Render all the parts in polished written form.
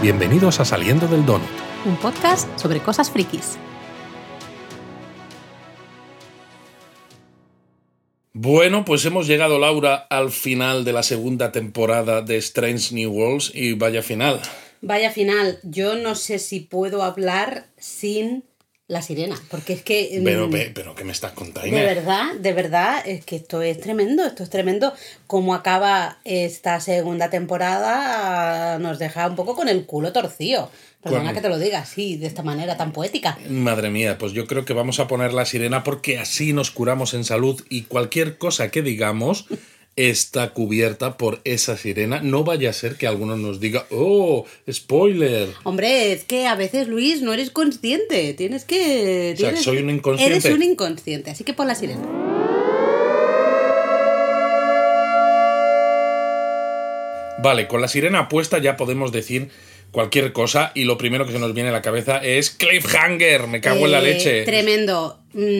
Bienvenidos a Saliendo del Donut, un podcast sobre cosas frikis. Bueno, pues hemos llegado, Laura, al final de la segunda temporada de Strange New Worlds y vaya final. Vaya final. Yo no sé si puedo hablar sin la sirena, porque es que... Pero ¿qué me estás contando? De verdad, es que esto es tremendo. Cómo acaba esta segunda temporada nos deja un poco con el culo torcido. Perdona que te lo diga así, de esta manera tan poética. Madre mía, pues yo creo que vamos a poner la sirena porque así nos curamos en salud y cualquier cosa que digamos está cubierta por esa sirena. No vaya a ser que alguno nos diga, ¡oh, spoiler! Hombre, es que a veces, Luis, no eres consciente. Tienes que... O sea, soy un inconsciente. Eres un inconsciente, así que pon la sirena. Vale, con la sirena puesta ya podemos decir cualquier cosa y lo primero que se nos viene a la cabeza es cliffhanger, me cago en la leche. Tremendo.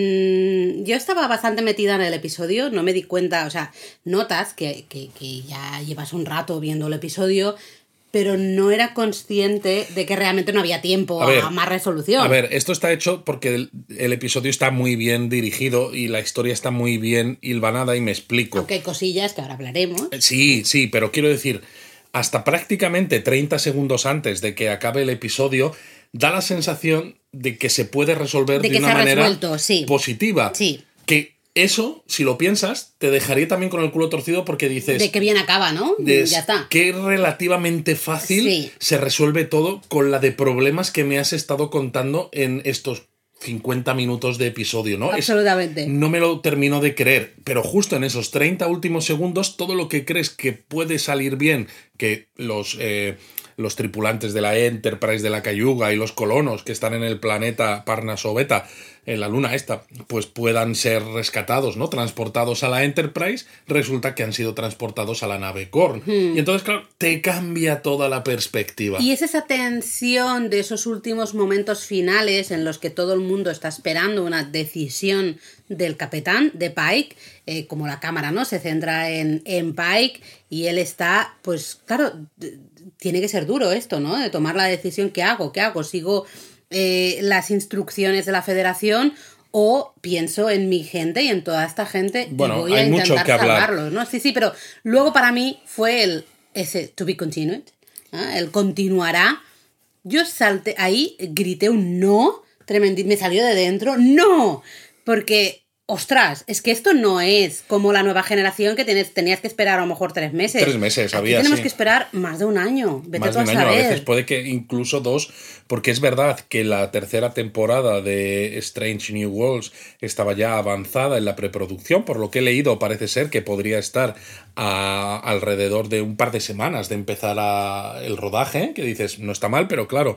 Yo estaba bastante metida en el episodio, no me di cuenta, o sea, notas que ya llevas un rato viendo el episodio, pero no era consciente de que realmente no había tiempo a más resolución. A ver, esto está hecho porque el episodio está muy bien dirigido y la historia está muy bien hilvanada y me explico. Aunque hay cosillas que ahora hablaremos. Sí, pero quiero decir, hasta prácticamente 30 segundos antes de que acabe el episodio, da la sensación de que se puede resolver de una manera positiva. Sí. Que eso, si lo piensas, te dejaría también con el culo torcido porque dices... De que bien acaba, ¿no? Ya está. Que relativamente fácil se resuelve todo con la de problemas que me has estado contando en estos 50 minutos de episodio, ¿no? Absolutamente. No me lo termino de creer, pero justo en esos 30 últimos segundos, todo lo que crees que puede salir bien, que los tripulantes de la Enterprise, de la Cayuga y los colonos que están en el planeta Parnaso Beta, en la luna esta, pues puedan ser rescatados, ¿no? Transportados a la Enterprise, resulta que han sido transportados a la nave Korn. Y entonces, claro, te cambia toda la perspectiva. Y es esa tensión de esos últimos momentos finales en los que todo el mundo está esperando una decisión del capitán, de Pike, como la cámara, ¿no? Se centra en Pike y él está, pues claro, tiene que ser duro esto, ¿no? De tomar la decisión, ¿qué hago? ¿Sigo las instrucciones de la Federación o pienso en mi gente y en toda esta gente y voy a intentar salvarlos, ¿no? Sí, pero luego para mí fue ese to be continued, ¿eh? El continuará. Yo salté ahí, grité un no tremendo, me salió de dentro, ¡no! Porque... ostras, es que esto no es como la nueva generación que tenías que esperar a lo mejor 3 meses. 3 meses, había, tenemos que esperar más de un año. Vete más de un año, a veces puede que incluso 2, porque es verdad que la tercera temporada de Strange New Worlds estaba ya avanzada en la preproducción, por lo que he leído parece ser que podría estar alrededor de un par de semanas de empezar el rodaje, que dices, no está mal, pero claro,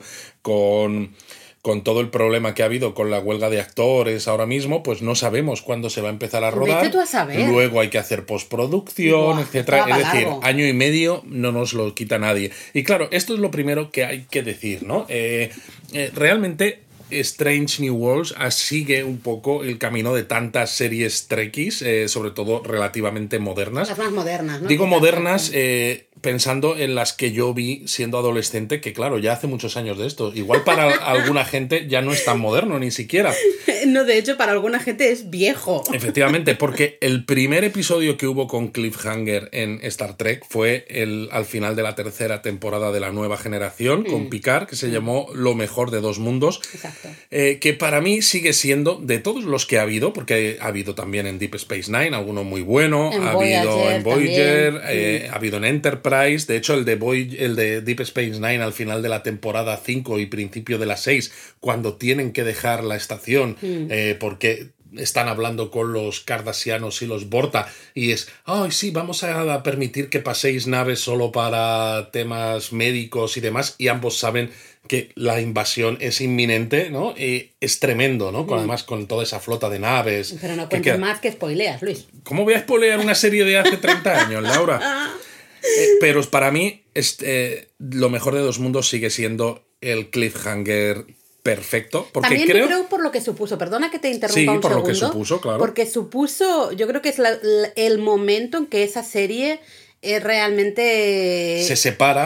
con todo el problema que ha habido con la huelga de actores ahora mismo, pues no sabemos cuándo se va a empezar a rodar. Vete tú a saber. Luego hay que hacer postproducción, etcétera. Es decir, largo. Año y medio no nos lo quita nadie. Y claro, esto es lo primero que hay que decir, ¿no? Realmente Strange New Worlds sigue un poco el camino de tantas series trekkies, sobre todo relativamente modernas. Las más modernas, ¿no? Digo modernas pensando en las que yo vi siendo adolescente, que claro, ya hace muchos años de esto. Igual para alguna gente ya no es tan moderno ni siquiera. No, de hecho, para alguna gente es viejo. Efectivamente, porque el primer episodio que hubo con cliffhanger en Star Trek fue al final de la tercera temporada de la nueva generación, con Picard, que se llamó Lo mejor de dos mundos. Exacto. Que para mí sigue siendo, de todos los que ha habido, porque ha habido también en Deep Space Nine, alguno muy bueno, ha habido en Voyager, ha habido en Enterprise. De hecho, el de Deep Space Nine al final de la temporada 5 y principio de la 6, cuando tienen que dejar la estación porque están hablando con los Cardassianos y los Borta y es, sí, vamos a permitir que paséis naves solo para temas médicos y demás, y ambos saben que la invasión es inminente, ¿no? Es tremendo, ¿no? Además con toda esa flota de naves. Pero no cuentes más que spoileas, Luis. ¿Cómo voy a spoilear una serie de hace 30 años, Laura? Pero para mí lo mejor de dos mundos sigue siendo el cliffhanger perfecto. Porque también creo por lo que supuso. Perdona que te interrumpa un segundo. Sí, por lo que supuso, claro. Porque supuso, yo creo que es el momento en que esa serie realmente... se separa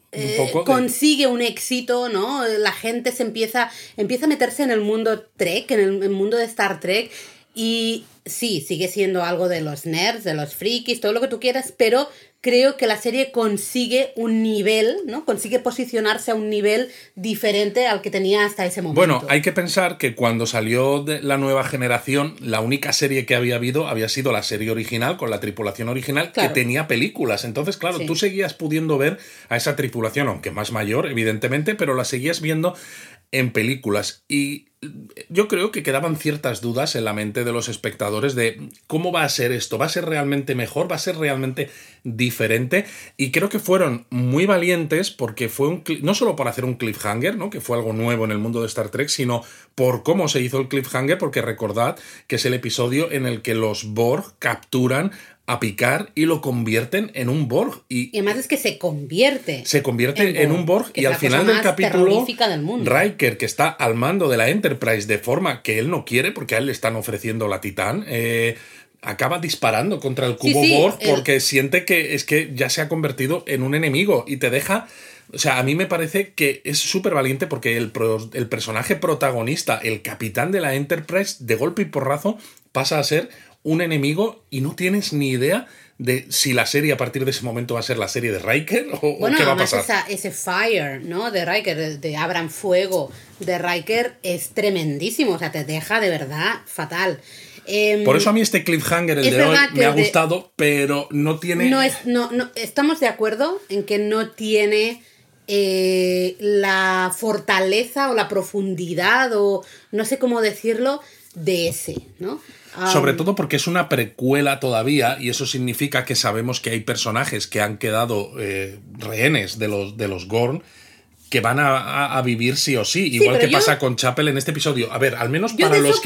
consigue un éxito, ¿no? La gente empieza a meterse en el mundo Trek, en el mundo de Star Trek, y sí, sigue siendo algo de los nerds, de los frikis, todo lo que tú quieras, pero creo que la serie consigue un nivel, ¿no? Consigue posicionarse a un nivel diferente al que tenía hasta ese momento. Bueno, hay que pensar que cuando salió de la nueva generación, la única serie que había habido había sido la serie original, con la tripulación original, claro, que tenía películas. Entonces, claro, sí, tú seguías pudiendo ver a esa tripulación, aunque más mayor, evidentemente, pero la seguías viendo en películas. Y yo creo que quedaban ciertas dudas en la mente de los espectadores de cómo va a ser esto, ¿va a ser realmente mejor? ¿Va a ser realmente diferente? Y creo que fueron muy valientes porque fue no solo por hacer un cliffhanger, ¿no? Que fue algo nuevo en el mundo de Star Trek, sino por cómo se hizo el cliffhanger, porque recordad que es el episodio en el que los Borg capturan a Picard y lo convierten en un Borg. Y además es que se convierte en un Borg, y al final del capítulo del mundo. Riker, que está al mando de la Enterprise de forma que él no quiere, porque a él le están ofreciendo la Titán, acaba disparando contra el cubo Borg porque siente que es que ya se ha convertido en un enemigo y te deja... O sea, a mí me parece que es súper valiente porque el personaje protagonista, el capitán de la Enterprise, de golpe y porrazo pasa a ser un enemigo y no tienes ni idea de si la serie a partir de ese momento va a ser la serie de Riker o qué va a pasar. Bueno, ese Fire, ¿no? De Riker, de Abran Fuego de Riker es tremendísimo, o sea, te deja de verdad fatal. Por eso a mí este cliffhanger, el de hoy, me ha gustado, pero no tiene... No, estamos de acuerdo en que no tiene la fortaleza o la profundidad o no sé cómo decirlo de ese, ¿no? Sobre todo porque es una precuela todavía y eso significa que sabemos que hay personajes que han quedado rehenes de los Gorn que van a vivir sí o sí, igual que pasa con Chapel en este episodio. A ver, al menos para los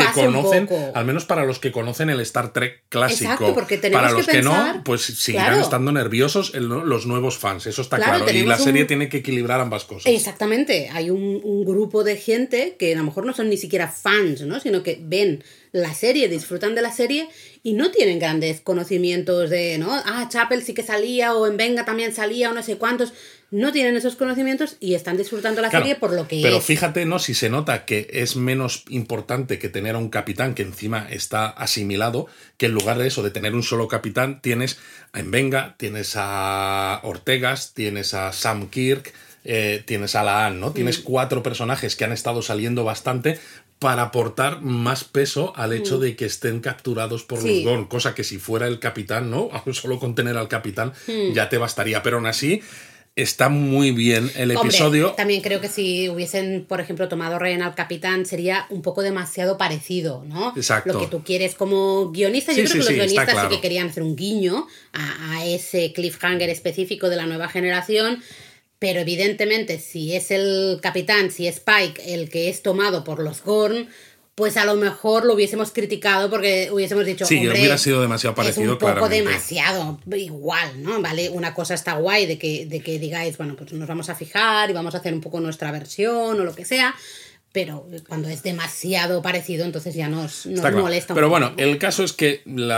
que conocen el Star Trek clásico. Exacto, porque tenemos para los que pensar, que no, pues seguirán estando nerviosos los nuevos fans, eso está claro. Y la serie tiene que equilibrar ambas cosas. Exactamente, hay un grupo de gente que a lo mejor no son ni siquiera fans, ¿no? Sino que ven la serie, disfrutan de la serie y no tienen grandes conocimientos de, ¿no? Chapel sí que salía, o en Venga también salía, o no sé cuántos. No tienen esos conocimientos y están disfrutando la serie por lo que pero fíjate, ¿no? Si se nota que es menos importante que tener a un capitán que encima está asimilado, que en lugar de eso, de tener un solo capitán, tienes a Mbenga, tienes a Ortegas, tienes a Sam Kirk, tienes a Laan, ¿no? Tienes 4 personajes que han estado saliendo bastante para aportar más peso al hecho de que estén capturados por los Gorn, cosa que si fuera el capitán, ¿no? Solo con tener al capitán ya te bastaría, pero aún así está muy bien el episodio. También creo que si hubiesen, por ejemplo, tomado rehén al capitán sería un poco demasiado parecido, ¿no? Exacto. Lo que tú quieres como guionista, yo creo que los guionistas sí que querían hacer un guiño a ese cliffhanger específico de la nueva generación. Pero evidentemente, si es el capitán, si es Pike el que es tomado por los Gorn, pues a lo mejor lo hubiésemos criticado porque hubiésemos dicho, hombre, hubiera sido demasiado parecido, es un poco demasiado igual, ¿no? Vale, una cosa está guay de que digáis, bueno, pues nos vamos a fijar y vamos a hacer un poco nuestra versión o lo que sea, pero cuando es demasiado parecido, entonces ya nos molesta. Pero bueno, el caso es que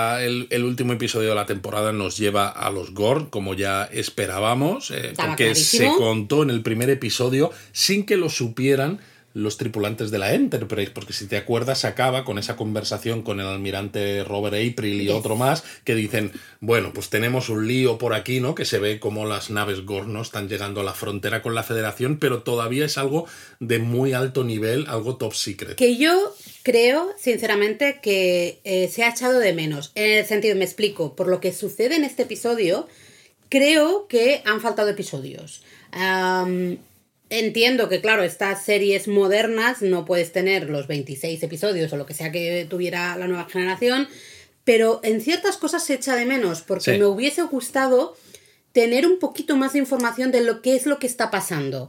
el último episodio de la temporada nos lleva a los Gorn, como ya esperábamos, porque clarísimo. Se contó en el primer episodio sin que lo supieran los tripulantes de la Enterprise, porque si te acuerdas acaba con esa conversación con el almirante Robert April y otro más que dicen, bueno, pues tenemos un lío por aquí, ¿no? Que se ve como las naves Gorn, ¿no? Están llegando a la frontera con la Federación, pero todavía es algo de muy alto nivel, algo top secret. Que yo creo, sinceramente, que se ha echado de menos. En el sentido, me explico, por lo que sucede en este episodio, creo que han faltado episodios. Entiendo que, claro, estas series modernas no puedes tener los 26 episodios o lo que sea que tuviera la nueva generación, pero en ciertas cosas se echa de menos, porque me hubiese gustado tener un poquito más de información de lo que es lo que está pasando.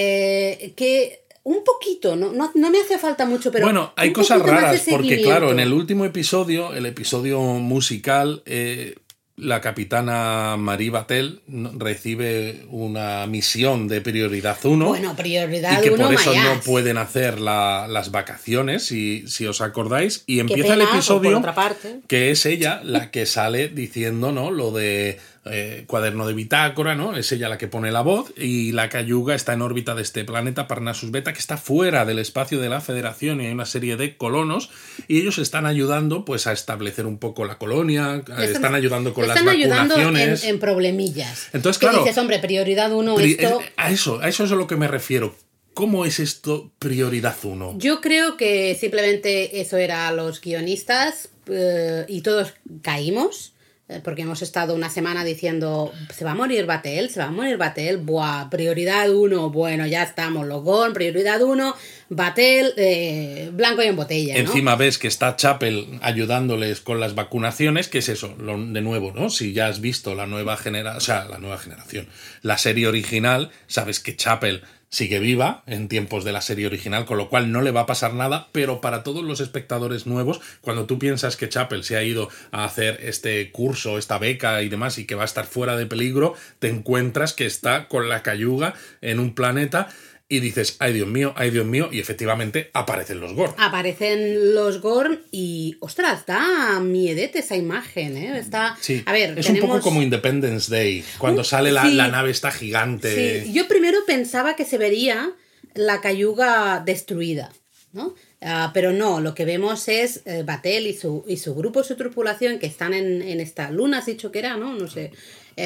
Que un poquito, no me hace falta mucho, pero... Bueno, hay cosas raras, porque claro, en el último episodio, el episodio musical... la capitana Marie Batel recibe una misión de prioridad 1. Bueno, prioridad 1 y que por eso no pueden hacer las vacaciones, si os acordáis. Y empieza el episodio por otra parte, que es ella la que sale diciendo, ¿no? Lo de cuaderno de bitácora, ¿no? Es ella la que pone la voz, y la Cayuga está en órbita de este planeta Parnassus Beta, que está fuera del espacio de la Federación, y hay una serie de colonos, y ellos están ayudando pues a establecer un poco la colonia, están ayudando con las vacunaciones. En problemillas. Entonces, claro, dices, hombre, prioridad 1, esto... A eso es a lo que me refiero. ¿Cómo es esto prioridad 1? Yo creo que simplemente eso era los guionistas y todos caímos. Porque hemos estado una semana diciendo, se va a morir Batel, buah, prioridad 1, bueno, ya estamos, los Gorn, prioridad 1, Batel, blanco y en botella, ¿no? Encima ves que está Chapel ayudándoles con las vacunaciones, que es eso, de nuevo, ¿no? Si ya has visto la nueva generación, la serie original, sabes que Chapel sigue viva en tiempos de la serie original, con lo cual no le va a pasar nada, pero para todos los espectadores nuevos, cuando tú piensas que Chapel se ha ido a hacer este curso, esta beca y demás, y que va a estar fuera de peligro, te encuentras que está con la Cayuga en un planeta y dices, ay Dios mío, y efectivamente aparecen los Gorn. Aparecen los Gorn y, ostras, da miedete esa imagen, ¿eh? Está... Sí, a ver, es un poco como Independence Day, cuando sale la nave esta gigante. Sí. Yo primero pensaba que se vería la Cayuga destruida, ¿no? Pero no, lo que vemos es Batel y su grupo, su tripulación, que están en esta luna, has dicho que era, ¿no? No sé.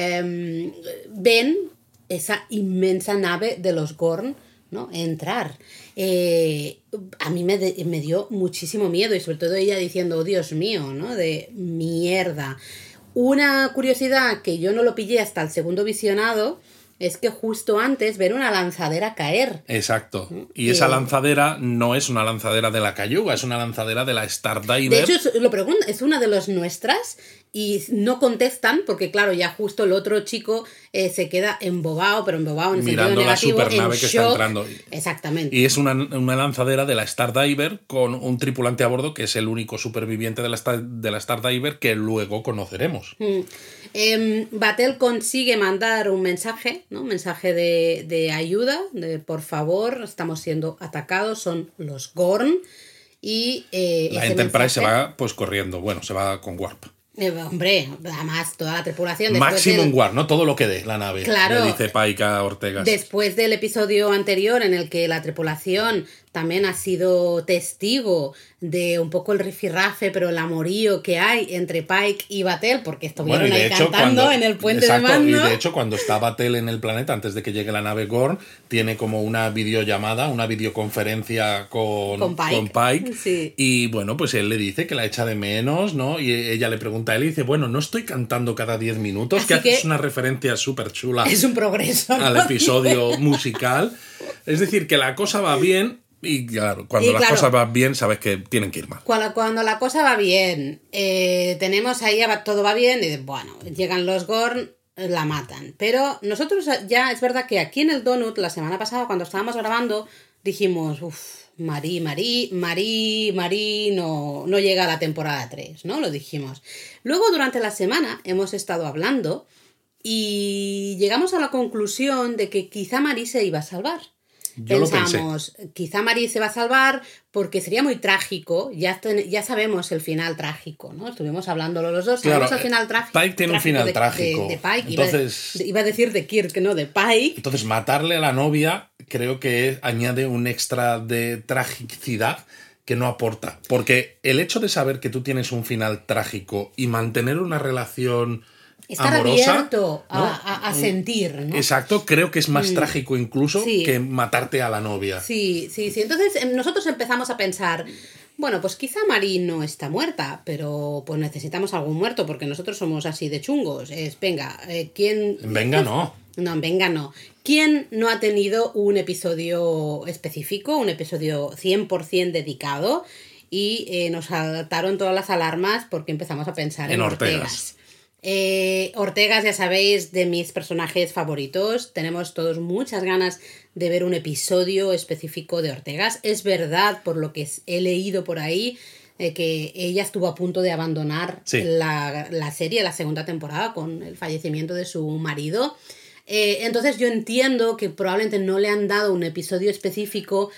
Ven esa inmensa nave de los Gorn, ¿no? Entrar. A mí me dio muchísimo miedo, y sobre todo ella diciendo, oh, Dios mío, ¿no? De mierda. Una curiosidad que yo no lo pillé hasta el segundo visionado es que justo antes ver una lanzadera caer. Exacto. Y esa lanzadera no es una lanzadera de la Cayuga, es una lanzadera de la Stardiver. De hecho, lo pregunto, es una de las nuestras y no contestan porque, claro, ya justo el otro chico se queda embobado, pero embobado en mirando sentido negativo, la supernave que está entrando. Exactamente. Y es una lanzadera de la Stardiver con un tripulante a bordo que es el único superviviente de la Stardiver que luego conoceremos. Batel consigue mandar un mensaje, ¿no? Un mensaje de ayuda, de por favor, estamos siendo atacados, son los Gorn. Y la Enterprise se va pues corriendo, se va con Warp. Hombre, además toda la tripulación... Maximum Warp, no todo lo que dé la nave, claro, le dice Pike a Ortega. Después del episodio anterior en el que la tripulación también ha sido testigo de un poco el rifirrafe, pero el amorío que hay entre Pike y Batel, porque estuvieron ahí cantando en el puente de mando. Y de hecho, cuando está Batel en el planeta, antes de que llegue la nave Gorn, tiene como una videollamada, una videoconferencia con Pike. Sí. Y bueno, pues él le dice que la echa de menos, ¿no? Y ella le pregunta a él y dice, bueno, no estoy cantando cada 10 minutos, que haces una referencia súper chula. Es un progreso, ¿no? Al episodio musical. Es decir, que la cosa va bien. Y claro, cuando las cosas van bien, sabes que tienen que ir mal. Cuando la cosa va bien, tenemos ahí, todo va bien, y bueno, llegan los Gorn, la matan. Pero nosotros ya, es verdad que aquí en el Donut, la semana pasada, cuando estábamos grabando, dijimos, Marí no llega a la temporada 3, ¿no? Lo dijimos. Luego, durante la semana, hemos estado hablando y llegamos a la conclusión de que quizá Marí se iba a salvar. Pensamos, quizá Marí se va a salvar porque sería muy trágico. Ya sabemos el final trágico, ¿no? Estuvimos hablándolo los dos. Claro, sabemos el final trágico. Pike tiene un final trágico. De Pike. Entonces, iba a decir de Kirk, no de Pike. Entonces, matarle a la novia creo que añade un extra de tragicidad que no aporta. Porque el hecho de saber que tú tienes un final trágico y mantener una relación... Estar amorosa, abierto, ¿no? a sentir, ¿no? Exacto, creo que es más trágico incluso que matarte a la novia. Sí. Entonces nosotros empezamos a pensar, bueno, pues quizá Marí no está muerta, pero pues necesitamos algún muerto porque nosotros somos así de chungos. ¿Quién...? No, venga no. ¿Quién no ha tenido un episodio específico, un episodio 100% dedicado? Y nos saltaron todas las alarmas porque empezamos a pensar en Ortegas. Ortegas, ya sabéis, de mis personajes favoritos. Tenemos todos muchas ganas de ver un episodio específico de Ortegas. Es verdad, por lo que he leído por ahí, que ella estuvo a punto de abandonar la serie, la segunda temporada, con el fallecimiento de su marido. Entonces yo entiendo que probablemente no le han dado un episodio específico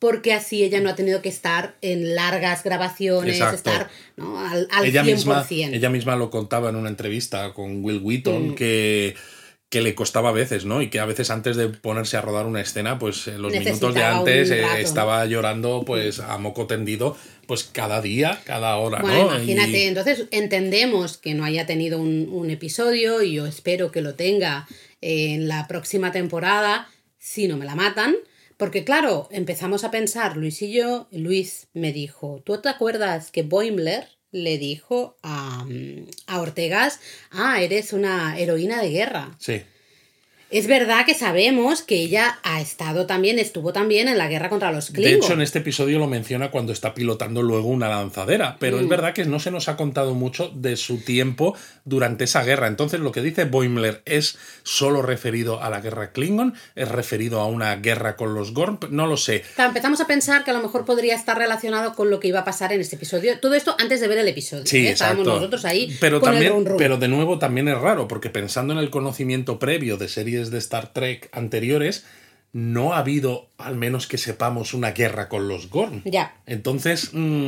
porque así ella no ha tenido que estar en largas grabaciones, estar, ¿no?, al 100%. Ella misma lo contaba en una entrevista con Will Wheaton, que le costaba a veces, ¿no? Y que a veces antes de ponerse a rodar una escena, pues en los minutos de antes estaba llorando pues a moco tendido, pues cada día, cada hora, bueno, ¿no? Imagínate, entonces entendemos que no haya tenido un episodio, y yo espero que lo tenga en la próxima temporada, si no me la matan. Porque claro, empezamos a pensar, Luis y yo, Luis me dijo, ¿tú te acuerdas que Boimler le dijo a Ortegas, eres una heroína de guerra? Sí. Es verdad que sabemos que ella estuvo también en la guerra contra los Klingon. De hecho, en este episodio lo menciona cuando está pilotando luego una lanzadera, pero es verdad que no se nos ha contado mucho de su tiempo durante esa guerra. Entonces, lo que dice Boimler es solo referido a la guerra Klingon, es referido a una guerra con los Gorn, no lo sé. Empezamos a pensar que a lo mejor podría estar relacionado con lo que iba a pasar en este episodio. Todo esto antes de ver el episodio. Sí, estábamos nosotros ahí pero con también, el rum rum. Pero de nuevo también es raro, porque pensando en el conocimiento previo de series de Star Trek anteriores, no ha habido, al menos que sepamos, una guerra con los Gorn. Ya. Entonces,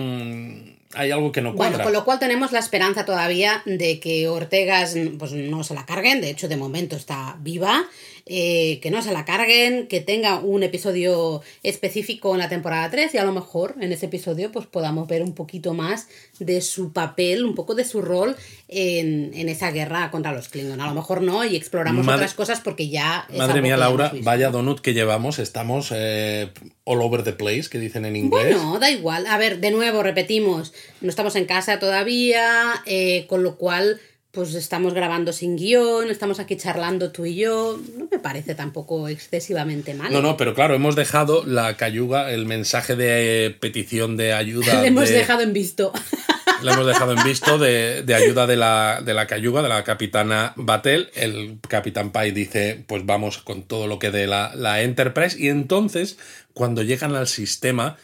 hay algo que no cuadra. Bueno, con lo cual tenemos la esperanza todavía de que Ortegas pues no se la carguen. De hecho, de momento está viva. Que no se la carguen, que tenga un episodio específico en la temporada 3, y a lo mejor en ese episodio pues podamos ver un poquito más de su papel, un poco de su rol en esa guerra contra los Klingon. A lo mejor no, y exploramos otras cosas porque ya... Madre mía, Laura, vaya donut que llevamos. Estamos all over the place, que dicen en inglés. Bueno, da igual. A ver, de nuevo, repetimos, no estamos en casa todavía, con lo cual... pues estamos grabando sin guión, estamos aquí charlando tú y yo. No me parece tampoco excesivamente mal. No, pero claro, hemos dejado la cayuga, el mensaje de petición de ayuda. Le hemos dejado en visto. Le hemos dejado en visto de ayuda de la cayuga, de la capitana Batel. El capitán Pike dice, pues vamos con todo lo que dé la Enterprise. Y entonces, cuando llegan al sistema...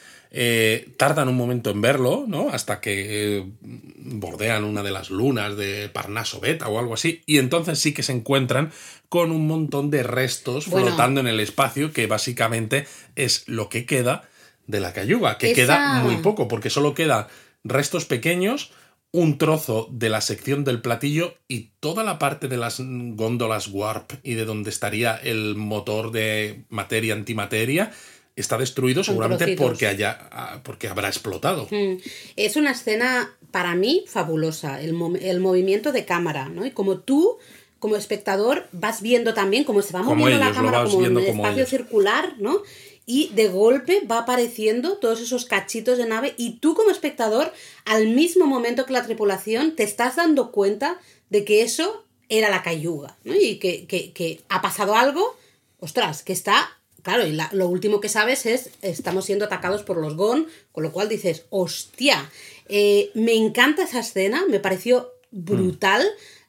tardan un momento en verlo, ¿no? Hasta que bordean una de las lunas de Parnaso Beta o algo así, y entonces sí que se encuentran con un montón de restos flotando en el espacio, que básicamente es lo que queda de la cayuga, que queda muy poco, porque solo quedan restos pequeños, un trozo de la sección del platillo y toda la parte de las góndolas warp y de donde estaría el motor de materia-antimateria. Está destruido seguramente porque habrá explotado. Es una escena, para mí, fabulosa. El movimiento de cámara, ¿no? Y como tú, como espectador, vas viendo también cómo se va moviendo la cámara, como en el espacio circular, ¿no? Y de golpe va apareciendo todos esos cachitos de nave, y tú como espectador, al mismo momento que la tripulación, te estás dando cuenta de que eso era la cayuga, ¿no? Y que ha pasado algo, ostras, que está... Claro, y lo último que sabes es, estamos siendo atacados por los Gorn, con lo cual dices, hostia, me encanta esa escena, me pareció brutal.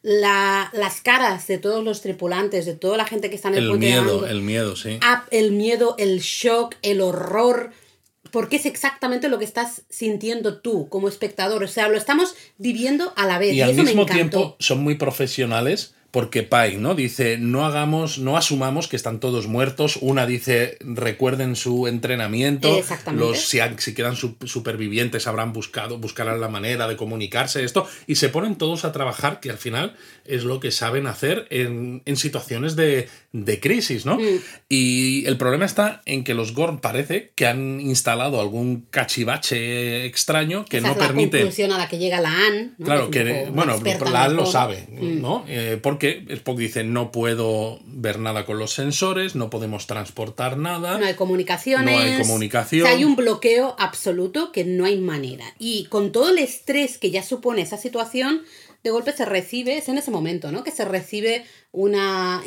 Las caras de todos los tripulantes, de toda la gente que está en el puente. El miedo, sí. El miedo, el shock, el horror, porque es exactamente lo que estás sintiendo tú como espectador. O sea, lo estamos viviendo a la vez. Y al mismo tiempo son muy profesionales. Porque Pike, ¿no? Dice, no asumamos que están todos muertos. Una dice, recuerden su entrenamiento. Exactamente. Si quedan supervivientes buscarán la manera de comunicarse, esto. Y se ponen todos a trabajar, que al final es lo que saben hacer en situaciones de crisis, ¿no? Y el problema está en que los Gorn parece que han instalado algún cachivache extraño que no permite... Esa es la conclusión a la que llega la Anne, ¿no? Claro, la Anne lo sabe, ¿no? Porque Spock dice, no puedo ver nada con los sensores, no podemos transportar nada. No hay comunicaciones. No hay comunicación. O sea, hay un bloqueo absoluto que no hay manera. Y con todo el estrés que ya supone esa situación, de golpe se recibe, es en ese momento, ¿no? Que se recibe una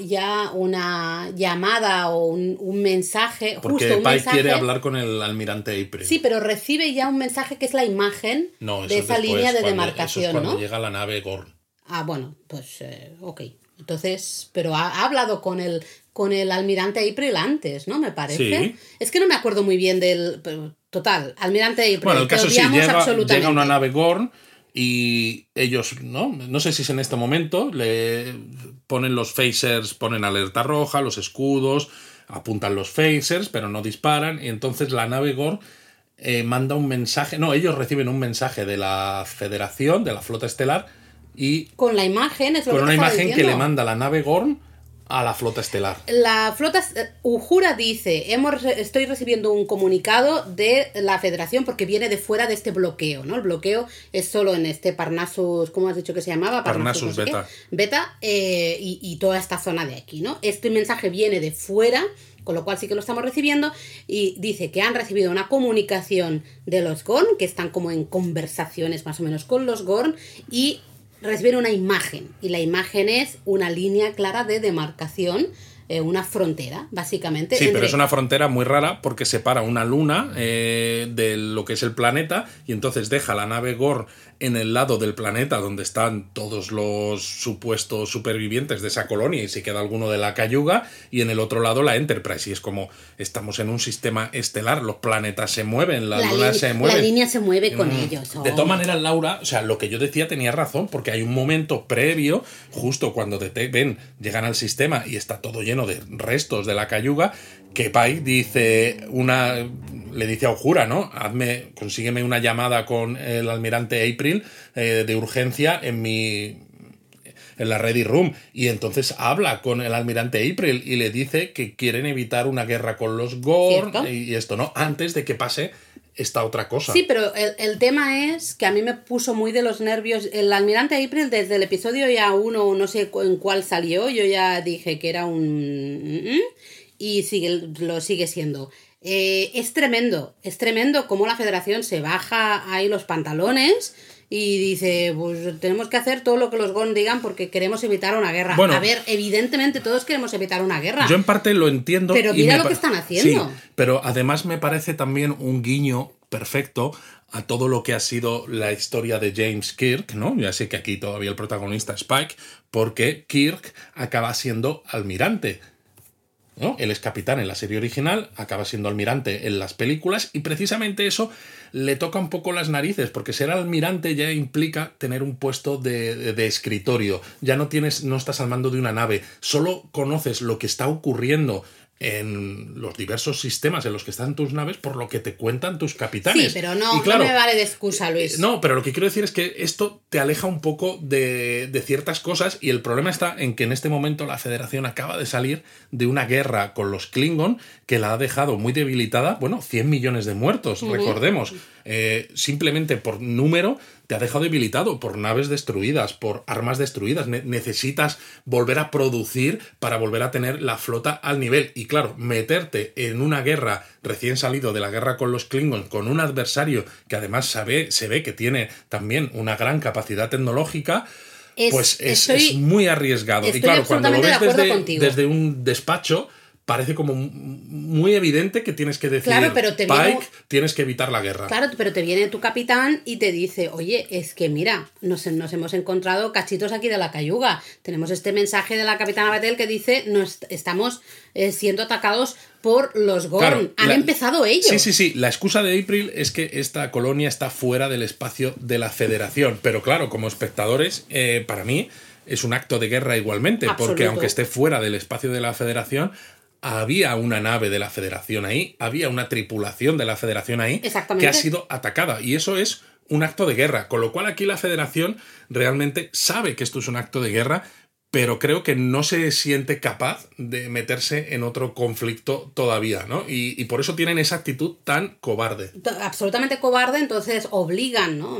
llamada o un mensaje. Porque justo un Pike mensaje, quiere hablar con el almirante April. Sí, pero recibe ya un mensaje que es la imagen de esa línea de demarcación, eso es cuando ¿no? llega la nave Gorn. Bueno, pues ok. Entonces, pero ha hablado con el almirante April antes, ¿no? Me parece. Sí. Es que no me acuerdo muy bien del... Total, almirante April. Bueno, el caso sí, llega una nave Gorn y ellos, no sé si es en este momento, le ponen los phasers, ponen alerta roja, los escudos, apuntan los phasers, pero no disparan, y entonces la nave Gorn manda un mensaje, no, ellos reciben un mensaje de la Federación, de la Flota Estelar, y con la imagen, es lo con que una imagen diciendo. que le manda la nave Gorn a la Flota Estelar. La flota Uhura dice, estoy recibiendo un comunicado de la Federación porque viene de fuera de este bloqueo, ¿no? El bloqueo es solo en este Parnassus, ¿cómo has dicho que se llamaba? Parnassus Beta. Beta, y toda esta zona de aquí, ¿no? Este mensaje viene de fuera, con lo cual sí que lo estamos recibiendo, y dice que han recibido una comunicación de los Gorn, que están como en conversaciones más o menos con los Gorn, y reciben una imagen, y la imagen es una línea clara de demarcación, una frontera, básicamente. Sí, pero es una frontera muy rara porque separa una luna de lo que es el planeta, y entonces deja la nave Gorn en el lado del planeta donde están todos los supuestos supervivientes de esa colonia y si queda alguno de la Cayuga, y en el otro lado la Enterprise, y es como estamos en un sistema estelar, los planetas se mueven, la luna se mueve. La línea se mueve con ellos. De todas maneras, Laura, o sea, lo que yo decía tenía razón, porque hay un momento previo, justo cuando llegan al sistema y está todo lleno de restos de la Cayuga, que Pike le dice a Uhura, ¿no? Consígueme una llamada con el almirante April de urgencia en la Ready Room, y entonces habla con el almirante April y le dice que quieren evitar una guerra con los Gorn y esto, ¿no? Antes de que pase esta otra cosa. Sí, pero el tema es que a mí me puso muy de los nervios. El almirante April, desde el episodio ya 1, no sé en cuál salió, yo ya dije que era un... y lo sigue siendo. Es tremendo cómo la Federación se baja ahí los pantalones y dice, pues tenemos que hacer todo lo que los Gorn digan porque queremos evitar una guerra. Bueno, a ver, evidentemente todos queremos evitar una guerra. Yo en parte lo entiendo. Pero mira lo que están haciendo. Sí, pero además me parece también un guiño perfecto a todo lo que ha sido la historia de James Kirk, ¿no? Ya sé que aquí todavía el protagonista es Pike, porque Kirk acaba siendo almirante, ¿no? Él es capitán en la serie original, acaba siendo almirante en las películas, y precisamente eso le toca un poco las narices, porque ser almirante ya implica tener un puesto de escritorio. Ya no estás al mando de una nave, solo conoces lo que está ocurriendo en los diversos sistemas en los que están tus naves por lo que te cuentan tus capitanes. Sí, pero no me vale de excusa, Luis. No, pero lo que quiero decir es que esto te aleja un poco de ciertas cosas, y el problema está en que en este momento la Federación acaba de salir de una guerra con los Klingon que la ha dejado muy debilitada. 100 millones de muertos, recordemos. Simplemente por número te ha dejado debilitado, por naves destruidas, por armas destruidas. Necesitas volver a producir para volver a tener la flota al nivel. Y claro, meterte en una guerra recién salido de la guerra con los Klingons, con un adversario que además se ve que tiene también una gran capacidad tecnológica, pues es muy arriesgado. Y claro, cuando lo ves desde un despacho, parece como muy evidente que tienes que decir, claro, pero Pike, tienes que evitar la guerra. Claro, pero te viene tu capitán y te dice, oye, es que mira, nos hemos encontrado cachitos aquí de la Cayuga. Tenemos este mensaje de la capitana Batel que dice, estamos siendo atacados por los Gorn. Claro, empezado ellos. Sí. La excusa de April es que esta colonia está fuera del espacio de la Federación. Pero claro, como espectadores, para mí es un acto de guerra igualmente. Absoluto. Porque aunque esté fuera del espacio de la Federación, había una nave de la Federación ahí, había una tripulación de la Federación ahí que ha sido atacada, y eso es un acto de guerra, con lo cual aquí la Federación realmente sabe que esto es un acto de guerra, pero creo que no se siente capaz de meterse en otro conflicto todavía, ¿no? Y por eso tienen esa actitud tan cobarde. Absolutamente cobarde, entonces obligan, ¿no?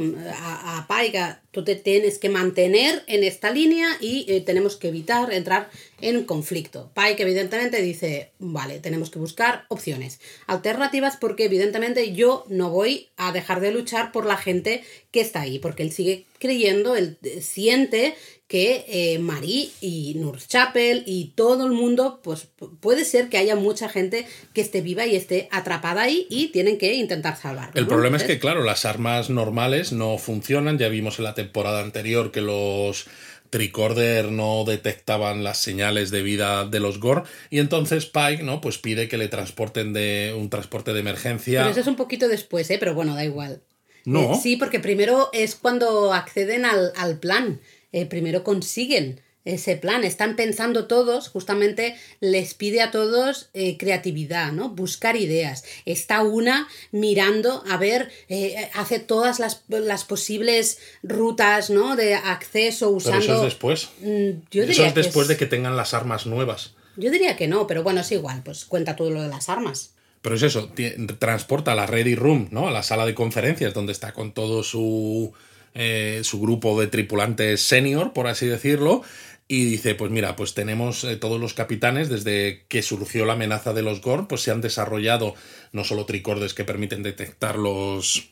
a Pike, tú te tienes que mantener en esta línea y tenemos que evitar entrar en conflicto. Pike evidentemente dice, vale, tenemos que buscar opciones alternativas porque evidentemente yo no voy a dejar de luchar por la gente que está ahí, porque él sigue creyendo, él siente que Marie y Nurse Chapel y todo el mundo, pues puede ser que haya mucha gente que esté viva y esté atrapada ahí y tienen que intentar salvarlo. El problema es que, claro, las armas normales no funcionan. Ya vimos en la temporada anterior que los tricorder no detectaban las señales de vida de los Gorn, y entonces Pike, ¿no? Pues pide que le transporten de un transporte de emergencia. Pero eso es un poquito después, pero bueno, da igual. No. Sí, porque primero es cuando acceden al plan. Primero consiguen ese plan. Están pensando todos, justamente les pide a todos creatividad, ¿no? Buscar ideas. Está una mirando, a ver, hace todas las posibles rutas, ¿no? De acceso usando... Pero eso es después. Yo diría eso es después de que tengan las armas nuevas. Yo diría que no, pero bueno, es igual, pues cuenta todo lo de las armas. Pero es eso, transporta a la Ready Room, ¿no? A la sala de conferencias donde está con todo su grupo de tripulantes senior, por así decirlo, y dice, pues mira, pues tenemos todos los capitanes, desde que surgió la amenaza de los Gorn, pues se han desarrollado no solo tricordes que permiten detectar los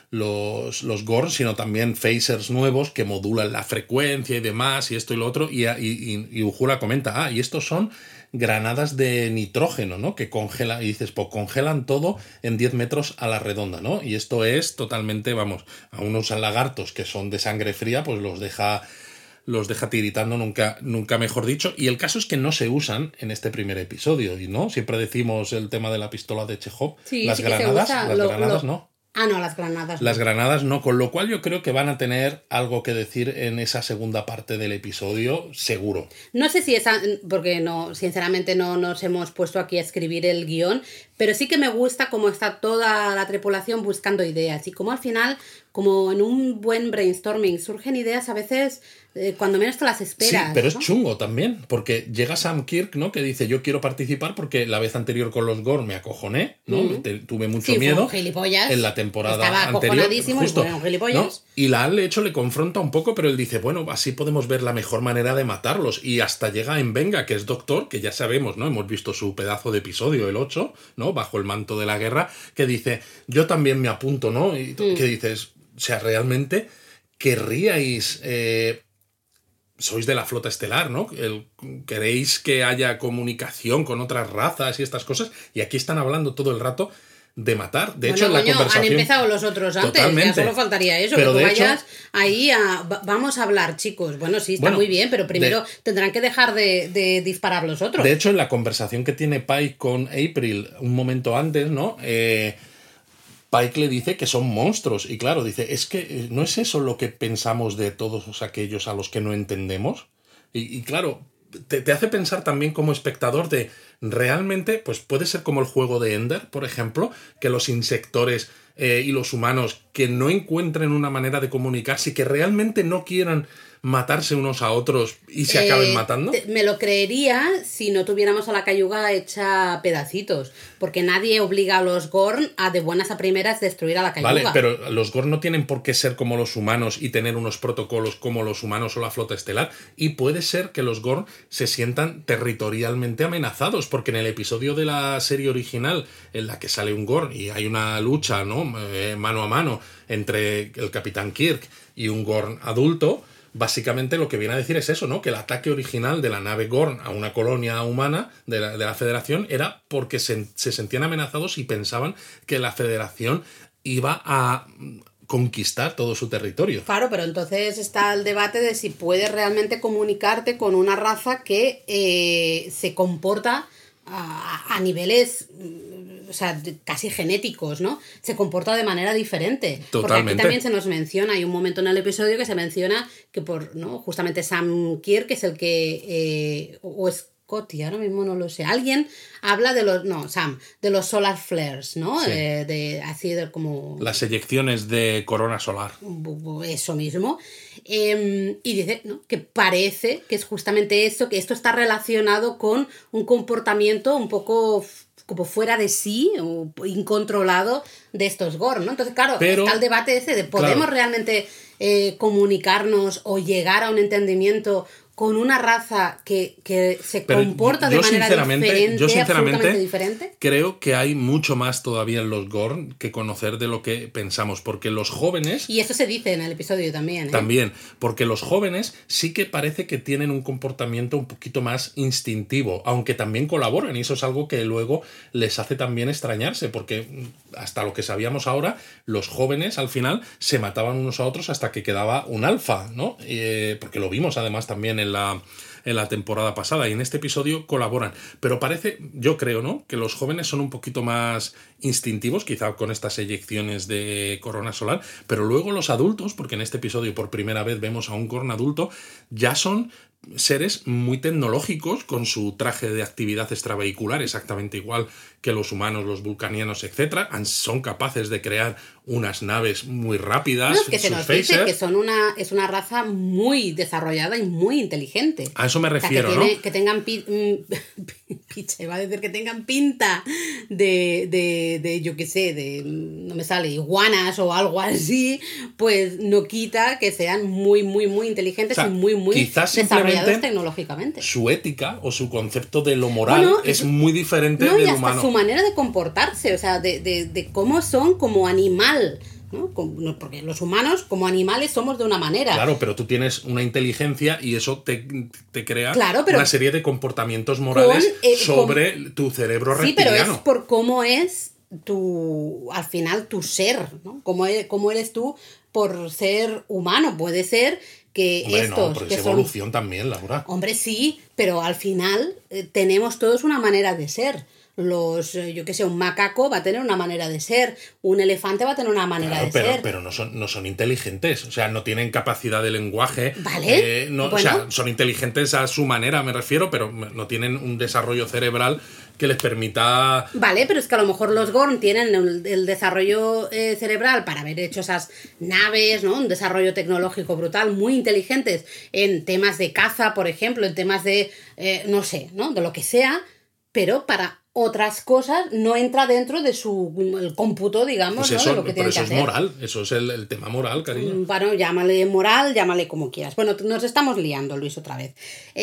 Gorn, sino también phasers nuevos que modulan la frecuencia y demás, y esto y lo otro, y Uhura comenta, y estos son granadas de nitrógeno, ¿no? Que congela, y dices, pues congelan todo en 10 metros a la redonda, ¿no? Y esto es totalmente, vamos, a unos lagartos que son de sangre fría, pues los deja tiritando, nunca mejor dicho. Y el caso es que no se usan en este primer episodio, y no, siempre decimos el tema de la pistola de Chekhov, sí, las sí granadas, no. No, las granadas. Las granadas no, con lo cual yo creo que van a tener algo que decir en esa segunda parte del episodio, seguro. No sé si esa, porque no, sinceramente no nos hemos puesto aquí a escribir el guión, pero sí que me gusta cómo está toda la tripulación buscando ideas y cómo al final, como en un buen brainstorming, surgen ideas a veces cuando menos te las esperas. Sí, pero ¿no? es chungo también, porque llega Sam Kirk, ¿no? Que dice, yo quiero participar porque la vez anterior con los Gorn me acojoné, ¿no? Tuve mucho miedo. Fue un gilipollas. En la temporada Estaba anterior. Acojonadísimo Justo, y fue un gilipollas. ¿no? Y la de hecho le confronta un poco, pero él dice, bueno, así podemos ver la mejor manera de matarlos. Y hasta llega en Venga, que es Doctor, que ya sabemos, ¿no? Hemos visto su pedazo de episodio, el 8, ¿no? Bajo el manto de la guerra, que dice, yo también me apunto, ¿no? Y que dices, o sea, realmente querríais... sois de la flota estelar, ¿no? Queréis que haya comunicación con otras razas y estas cosas, y aquí están hablando todo el rato de matar. De hecho, en la conversación... Han empezado los otros antes, totalmente. Ya solo faltaría eso, pero que tú vayas ahí vamos a hablar, chicos. Bueno, sí, está muy bien, pero primero tendrán que dejar de disparar los otros. De hecho, en la conversación que tiene Pike con April un momento antes, ¿no? Pike le dice que son monstruos. Y claro, dice, es que no es eso lo que pensamos de todos aquellos a los que no entendemos. Y claro, te hace pensar también como espectador de realmente, pues puede ser como el juego de Ender, por ejemplo, que los insectores y los humanos que no encuentren una manera de comunicarse y que realmente no quieran matarse unos a otros y se acaben matando. Me lo creería si no tuviéramos a la Cayuga hecha pedacitos, porque nadie obliga a los Gorn a de buenas a primeras destruir a la Cayuga. Vale, pero los Gorn no tienen por qué ser como los humanos y tener unos protocolos como los humanos o la flota estelar, y puede ser que los Gorn se sientan territorialmente amenazados, porque en el episodio de la serie original en la que sale un Gorn y hay una lucha, ¿no? Mano a mano entre el Capitán Kirk y un Gorn adulto, básicamente lo que viene a decir es eso, ¿no? Que el ataque original de la nave Gorn a una colonia humana de la Federación era porque se sentían amenazados y pensaban que la Federación iba a conquistar todo su territorio. Claro, pero entonces está el debate de si puedes realmente comunicarte con una raza que se comporta a niveles, o sea, casi genéticos, ¿no? Se comporta de manera diferente. Totalmente. Porque aquí también se nos menciona, hay un momento en el episodio que se menciona que ¿no? Justamente Sam Kirk es el que, o Scotty, ahora mismo no lo sé, alguien habla de los solar flares, ¿no? Sí. Así de como... Las eyecciones de corona solar. Eso mismo. Y dice, ¿no? Que parece que es justamente eso, que esto está relacionado con un comportamiento un poco como fuera de sí o incontrolado de estos Gorn, ¿no? Entonces, claro, está el debate ese de ¿podemos realmente comunicarnos o llegar a un entendimiento con una raza que se comporta de manera diferente, yo sinceramente diferente? Creo que hay mucho más todavía en los Gorn que conocer de lo que pensamos, porque los jóvenes... Y eso se dice en el episodio también, ¿eh? También, porque los jóvenes sí que parece que tienen un comportamiento un poquito más instintivo, aunque también colaboran, y eso es algo que luego les hace también extrañarse, porque hasta lo que sabíamos ahora, los jóvenes al final se mataban unos a otros hasta que quedaba un alfa, ¿no? Porque lo vimos además también en la temporada pasada, y en este episodio colaboran, pero parece, yo creo, ¿no?, que los jóvenes son un poquito más instintivos, quizá con estas eyecciones de corona solar, pero luego los adultos, porque en este episodio por primera vez vemos a un Gorn adulto, ya son seres muy tecnológicos con su traje de actividad extravehicular, exactamente igual que los humanos, los vulcanianos, etc. Son capaces de crear unas naves muy rápidas. No, es que se nos dice que es una raza muy desarrollada y muy inteligente. A eso me refiero, o sea, que tengan iba a decir que tengan pinta de yo qué sé, no me sale, iguanas o algo así, pues no quita que sean muy, muy, muy inteligentes, o sea, y muy, muy desarrollados tecnológicamente. Su ética o su concepto de lo moral es muy diferente del humano. Su manera de comportarse, o sea, de cómo son como animal, ¿no? Porque los humanos como animales somos de una manera. Claro, pero tú tienes una inteligencia y eso te crea una serie de comportamientos morales sobre tu cerebro reptiliano. Sí, pero es por cómo es al final tu ser, ¿no? Cómo eres tú por ser humano. Puede ser que no, pero es evolución también, Laura. Hombre, sí, pero al final tenemos todos una manera de ser. Yo qué sé, un macaco va a tener una manera de ser, un elefante va a tener una manera de ser. Pero no son inteligentes, o sea, no tienen capacidad de lenguaje. ¿Vale? Bueno. O sea, son inteligentes a su manera, me refiero, pero no tienen un desarrollo cerebral que les permita... Vale, pero es que a lo mejor los Gorn tienen el desarrollo cerebral para haber hecho esas naves, ¿no? Un desarrollo tecnológico brutal, muy inteligentes en temas de caza, por ejemplo, en temas de, no sé, ¿no? De lo que sea, pero para otras cosas no entra dentro de el cómputo, digamos, pues ¿no? De lo que tienen que hacer. Eso es moral, eso es el tema moral, cariño. Bueno, llámale moral, llámale como quieras. Bueno, nos estamos liando, Luis, otra vez.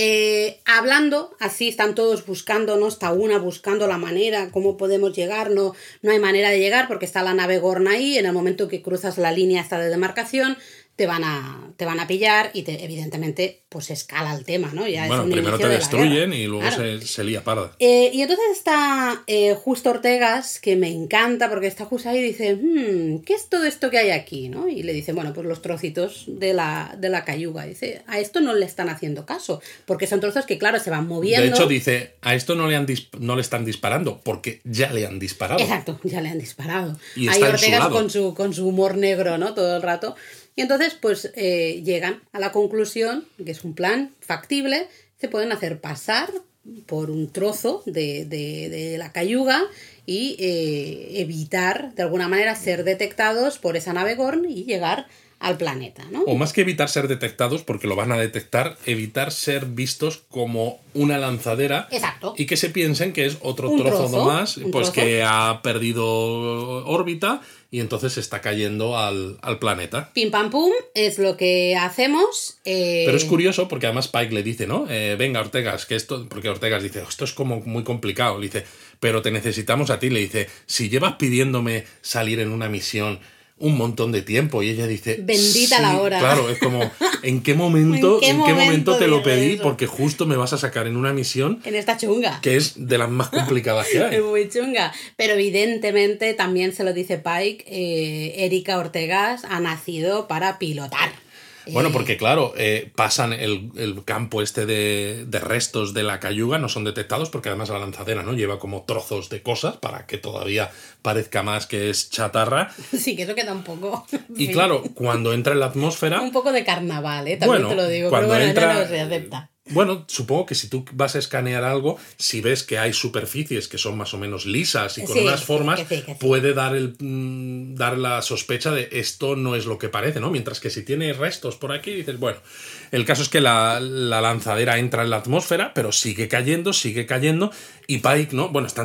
Hablando, así están todos buscando, ¿no? Está una buscando la manera, cómo podemos llegar, no hay manera de llegar porque está la nave Gorn ahí, en el momento que cruzas la línea esta de demarcación, te van a pillar y evidentemente pues escala el tema, ¿no? Ya bueno, es un primero te destruyen y luego se lía parda. Y entonces está Justo Ortegas, que me encanta porque está justo ahí y dice, ¿qué es todo esto que hay aquí? ¿No? Y le dice, bueno, pues los trocitos de la cayuga. Dice, a esto no le están haciendo caso, porque son trozos que, claro, se van moviendo. De hecho, dice, a esto no le están disparando, porque ya le han disparado. Exacto, ya le han disparado. Y ahí está Ortegas con su humor negro, ¿no? Todo el rato. Y entonces, pues, llegan a la conclusión, que es un plan factible, se pueden hacer pasar por un trozo de la cayuga y evitar, de alguna manera, ser detectados por esa nave Gorn y llegar al planeta, ¿no? O más que evitar ser detectados, porque lo van a detectar, evitar ser vistos como una lanzadera. Exacto. Y que se piensen que es otro trozo más, pues que ha perdido órbita y entonces está cayendo al planeta. Pim pam pum, es lo que hacemos. Pero es curioso porque además Pike le dice, ¿no? Venga, Ortegas, que esto... Porque Ortegas dice, esto es como muy complicado. Le dice, pero te necesitamos a ti. Le dice, si llevas pidiéndome salir en una misión un montón de tiempo. Y ella dice... Bendita la hora. Claro, es como, ¿en qué momento te lo pedí? Eso? Porque justo me vas a sacar en una misión... En esta chunga. Que es de las más complicadas que hay. Es muy chunga. Pero evidentemente también se lo dice Pike, Erika Ortegas ha nacido para pilotar. Bueno, porque claro, pasan el campo este de restos de la cayuga, no son detectados porque además la lanzadera, ¿no? Lleva como trozos de cosas para que todavía parezca más que es chatarra. Sí, que eso queda un poco... Y claro, cuando entra en la atmósfera... Un poco de carnaval, también te lo digo, pero bueno, ya no se acepta. Bueno, supongo que si tú vas a escanear algo, si ves que hay superficies que son más o menos lisas y con unas formas, que sí. Puede dar la sospecha de esto no es lo que parece, ¿no? Mientras que si tiene restos por aquí, dices, bueno, el caso es que la lanzadera entra en la atmósfera, pero sigue cayendo, y Pike, ¿no? Bueno,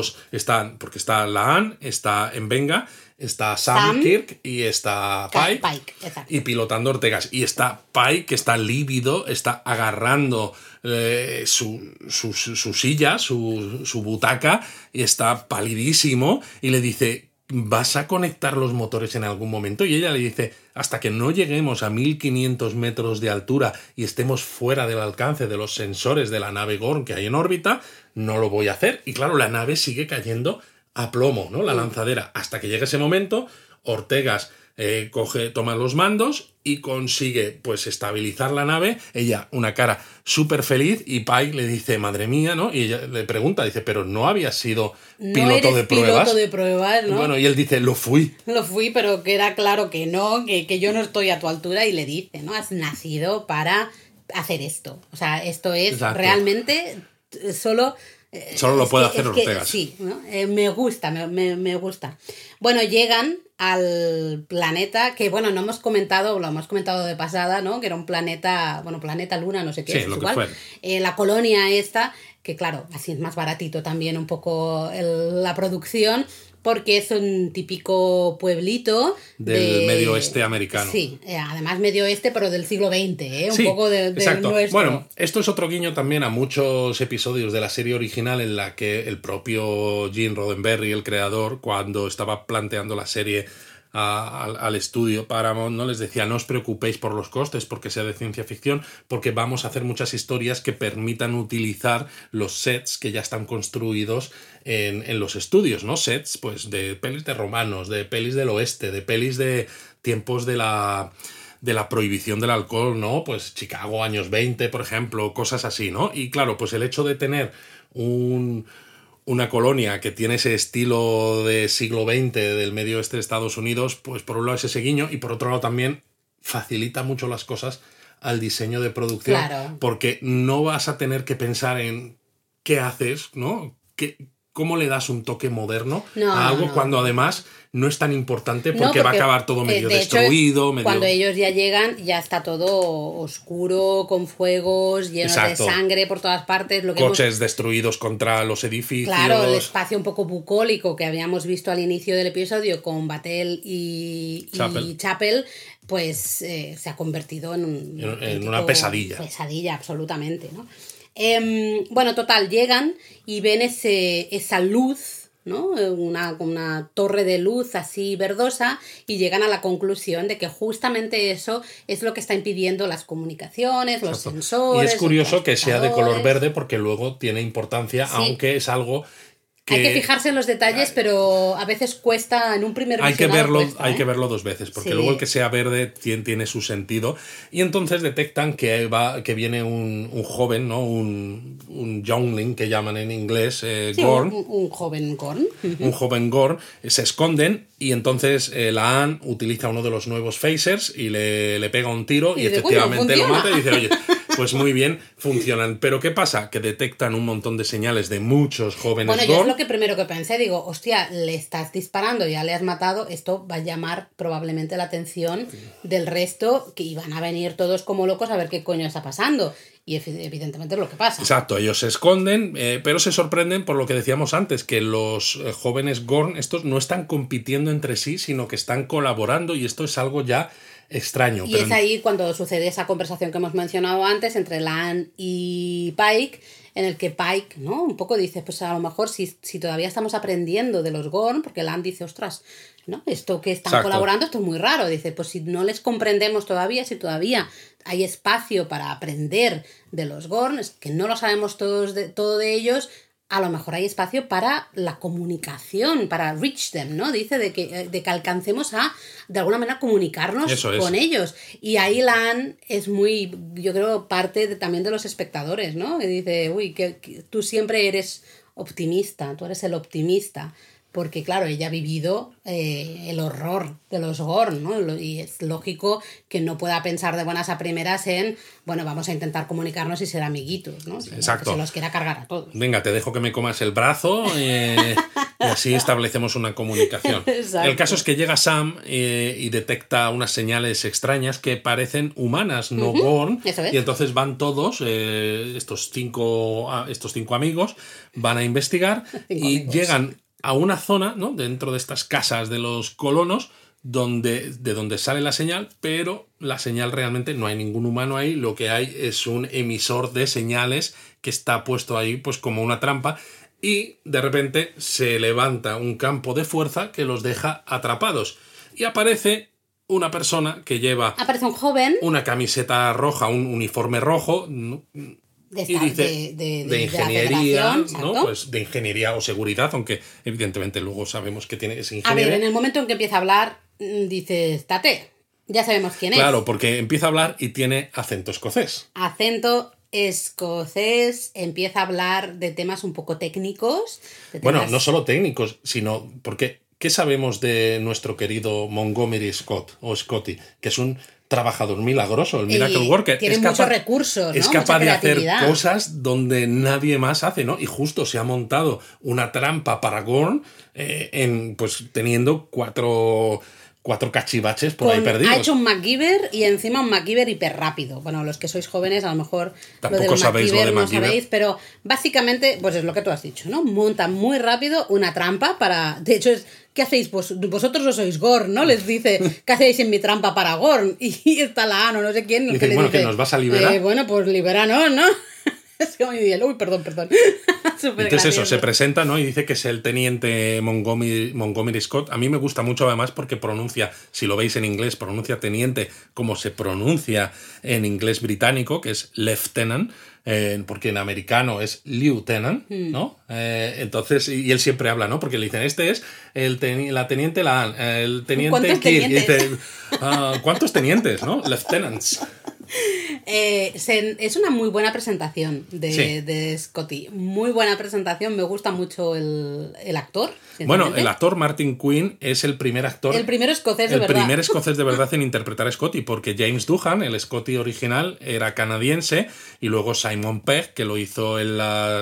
porque está Laan, está Mbenga, está Sam Kirk y está Pike y pilotando Ortegas. Y está Pike, que está lívido, está agarrando su silla, su butaca, y está palidísimo, y le dice, ¿vas a conectar los motores en algún momento? Y ella le dice, hasta que no lleguemos a 1500 metros de altura y estemos fuera del alcance de los sensores de la nave Gorn que hay en órbita, no lo voy a hacer. Y claro, la nave sigue cayendo a plomo, ¿no? La lanzadera. Hasta que llega ese momento, Ortegas toma los mandos y consigue, pues, estabilizar la nave. Ella, una cara súper feliz, y Pike le dice, madre mía, ¿no? Y ella le pregunta, dice, pero ¿no habías sido piloto de pruebas? Piloto de pruebas, ¿no? Bueno, y él dice, lo fui, pero que era claro que no, que yo no estoy a tu altura, y le dice, ¿no? Has nacido para hacer esto. O sea, esto es Exacto. realmente solo... Solo lo puede hacer Ortega. Sí, ¿no? Me gusta, me gusta. Bueno, llegan al planeta que, bueno, no hemos comentado, lo hemos comentado de pasada, ¿no? Que era un planeta, bueno, planeta Luna, no sé qué, Sí, es lo igual. que fue. La colonia esta, que claro, así es más baratito también un poco la producción, porque es un típico pueblito del medio oeste americano. Sí, además medio oeste, pero del siglo XX, ¿eh? Sí, un poco del exacto. nuestro. Bueno, esto es otro guiño también a muchos episodios de la serie original en la que el propio Gene Roddenberry, el creador, cuando estaba planteando la serie al estudio Paramount, ¿no? Les decía, no os preocupéis por los costes porque sea de ciencia ficción, porque vamos a hacer muchas historias que permitan utilizar los sets que ya están construidos en los estudios, ¿no? Sets pues de pelis de romanos, de pelis del oeste, de pelis de tiempos de la prohibición del alcohol, ¿no? Pues Chicago, años 20, por ejemplo, cosas así, ¿no? Y claro, pues el hecho de tener una colonia que tiene ese estilo de siglo XX del medio oeste de Estados Unidos, pues por un lado es ese guiño y por otro lado también facilita mucho las cosas al diseño de producción, Claro. porque no vas a tener que pensar en qué haces, ¿no? ¿Cómo le das un toque moderno a algo cuando además no es tan importante porque va a acabar todo medio destruido? Cuando ellos ya llegan ya está todo oscuro, con fuegos, lleno de sangre por todas partes. Coches destruidos contra los edificios. Claro, el espacio un poco bucólico que habíamos visto al inicio del episodio con Batel y Chapel, pues se ha convertido en una pesadilla. Pesadilla, absolutamente, ¿no? Bueno, total, llegan y ven esa luz, ¿no? Una torre de luz así verdosa y llegan a la conclusión de que justamente eso es lo que está impidiendo las comunicaciones, los sensores. Y es curioso que sea de color verde porque luego tiene importancia, sí. Aunque es algo... Hay que fijarse en los detalles, pero a veces cuesta en un primer visionado. Hay que verlo dos veces, porque luego el que sea verde tiene su sentido. Y entonces detectan que viene un joven, ¿no? Un youngling, que llaman en inglés, Gorn. Un joven Gorn. Un joven Gorn. Se esconden y entonces la Anne utiliza uno de los nuevos phasers y le pega un tiro y efectivamente lo mata y dice, oye... Pues muy bien, funcionan. Pero ¿qué pasa? Que detectan un montón de señales de muchos jóvenes Gorn. Yo es lo que primero que pensé. Digo, hostia, le estás disparando, ya le has matado. Esto va a llamar probablemente la atención del resto, que iban a venir todos como locos a ver qué coño está pasando. Y evidentemente es lo que pasa. Exacto, ellos se esconden, pero se sorprenden por lo que decíamos antes, que los jóvenes Gorn, estos no están compitiendo entre sí, sino que están colaborando y esto es algo ya... extraño. Y es ahí cuando sucede esa conversación que hemos mencionado antes entre Lan y Pike, en el que Pike, ¿no? Un poco dice, pues a lo mejor si todavía estamos aprendiendo de los Gorn, porque Lan dice, ostras, ¿no? Esto que están colaborando, esto es muy raro. Dice, pues si no les comprendemos todavía, si todavía hay espacio para aprender de los Gorn, es que no lo sabemos todo de ellos, a lo mejor hay espacio para la comunicación, para reach them, ¿no? Dice de que alcancemos a, de alguna manera, comunicarnos con ellos. Y ahí Lan es muy, yo creo, parte también de los espectadores, ¿no? Que dice, uy, que tú siempre eres optimista, tú eres el optimista. Porque, claro, ella ha vivido el horror de los Gorn, ¿no? Y es lógico que no pueda pensar de buenas a primeras en, bueno, vamos a intentar comunicarnos y ser amiguitos, ¿no? Exacto. Que se los quiera cargar a todos. Venga, te dejo que me comas el brazo y así establecemos una comunicación. Exacto. El caso es que llega Sam y detecta unas señales extrañas que parecen humanas, no Gorn. Eso es. Y entonces van todos, estos cinco amigos, van a investigar llegan a una zona, ¿no? Dentro de estas casas de los colonos de donde sale la señal, pero la señal realmente no hay ningún humano ahí, lo que hay es un emisor de señales que está puesto ahí pues como una trampa y de repente se levanta un campo de fuerza que los deja atrapados y aparece una persona que lleva... Aparece un joven. Una camiseta roja, un uniforme rojo... De ingeniería, ¿no? Pues de ingeniería o seguridad, aunque evidentemente luego sabemos que tiene ese ingeniero. A ver, en el momento en que empieza a hablar, dices, tate, ya sabemos quién es. Claro, porque empieza a hablar y tiene acento escocés. Acento escocés, empieza a hablar de temas un poco técnicos. Bueno, no solo técnicos, sino porque ¿qué sabemos de nuestro querido Montgomery Scott, o Scotty? Que es un trabajador milagroso, el Miracle Worker. Tiene muchos recursos, ¿no? Es capaz de hacer cosas donde nadie más hace, ¿no? Y justo se ha montado una trampa para Gorn, pues teniendo cuatro cachivaches por ahí perdidos. Ha hecho un MacGyver y encima un MacGyver hiper rápido. Bueno, los que sois jóvenes a lo mejor tampoco sabéis lo de no MacGyver. sabéis, pero básicamente pues es lo que tú has dicho, ¿no? Monta muy rápido una trampa para... De hecho, ¿qué hacéis? Pues vosotros no sois Gorn, ¿no? Les dice, ¿qué hacéis en mi trampa para Gorn? Y está la Ano, no sé quién. Dice, bueno, que nos vas a liberar. Bueno, pues liberanos, ¿no? Es como muy bien. Uy, perdón. Entonces eso, se presenta, ¿no? Y dice que es el teniente Montgomery Scott. A mí me gusta mucho además porque pronuncia, si lo veis en inglés, pronuncia teniente como se pronuncia en inglés británico, que es lieutenant, porque en americano es lieutenant, ¿no? Entonces, y él siempre habla, ¿no? Porque le dicen, este es la teniente el teniente ¿Cuántos tenientes? Y dice, ¿cuántos tenientes, no? Lieutenants. Es una muy buena presentación de Scotty. Muy buena presentación. Me gusta mucho el actor. Bueno, el actor Martin Quinn es el primer actor. El primer escocés de verdad. El primer escocés de verdad en interpretar a Scotty, porque James Doohan, el Scotty original, era canadiense, y luego Simon Pegg, que lo hizo en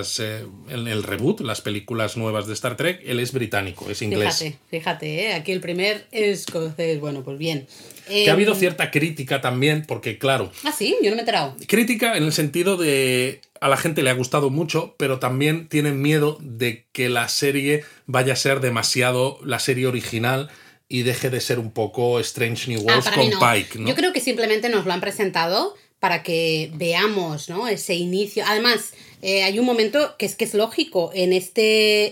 el reboot, las películas nuevas de Star Trek, él es británico, es inglés. Fíjate, aquí el primer escocés. Bueno, pues bien. Que ha habido cierta crítica también, porque claro... Ah, sí, yo no me he enterado. Crítica en el sentido de... A la gente le ha gustado mucho, pero también tienen miedo de que la serie vaya a ser demasiado la serie original y deje de ser un poco Strange New Worlds con Pike, ¿no? Yo creo que simplemente nos lo han presentado para que veamos, ¿no? Ese inicio. Además, hay un momento que es lógico. En este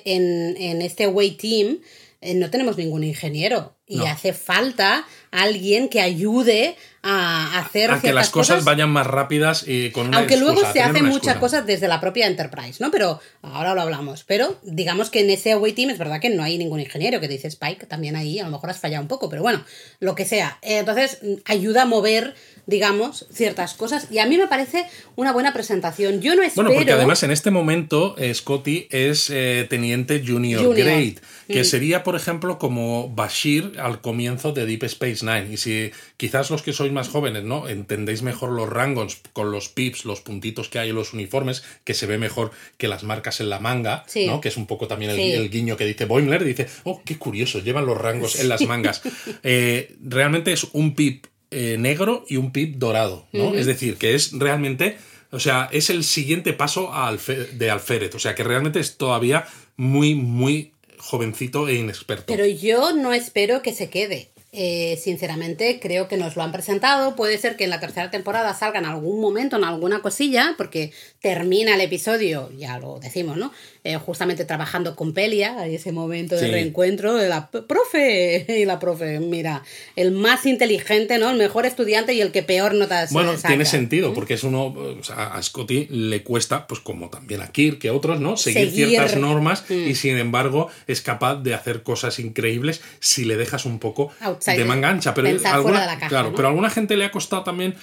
Away Team no tenemos ningún ingeniero. Y hace falta alguien que ayude a hacer a que las cosas vayan más rápidas y con una aunque excusa, luego se hacen muchas excusa. Cosas desde la propia Enterprise, ¿no? Pero ahora lo hablamos. Pero digamos que en ese Away Team es verdad que no hay ningún ingeniero, que dice Spike, también ahí a lo mejor has fallado un poco, pero bueno, lo que sea. Entonces ayuda a mover, digamos, ciertas cosas, y a mí me parece una buena presentación. Yo no espero... Bueno, porque además en este momento Scotty es teniente junior grade, que sería, por ejemplo, como Bashir al comienzo de Deep Space Nine. Y si quizás los que sois más jóvenes, ¿no?, entendéis mejor los rangos con los pips, los puntitos que hay en los uniformes, que se ve mejor que las marcas en la manga, ¿no? Que es un poco también el guiño que dice Boimler, dice, oh, qué curioso, llevan los rangos en las mangas. Realmente es un pip negro y un pip dorado, ¿no? Es decir, que es realmente... O sea, es el siguiente paso de Alférez. O sea, que realmente es todavía muy, muy jovencito e inexperto. Pero yo no espero que se quede. Sinceramente, creo que nos lo han presentado. Puede ser que en la tercera temporada salga en algún momento, en alguna cosilla, porque termina el episodio, ya lo decimos, ¿no? Justamente trabajando con Pelia, hay ese momento de reencuentro de la profe. Y la profe, mira, el más inteligente, ¿no? El mejor estudiante y el que peor notas saca. Tiene sentido, porque es uno, o sea, a Scotty le cuesta, pues como también a Kirk, que otros, ¿no?, seguir ciertas normas, y sin embargo es capaz de hacer cosas increíbles si le dejas un poco de manga ancha. Pero fuera de la caja, claro, ¿no? Pero a alguna gente le ha costado también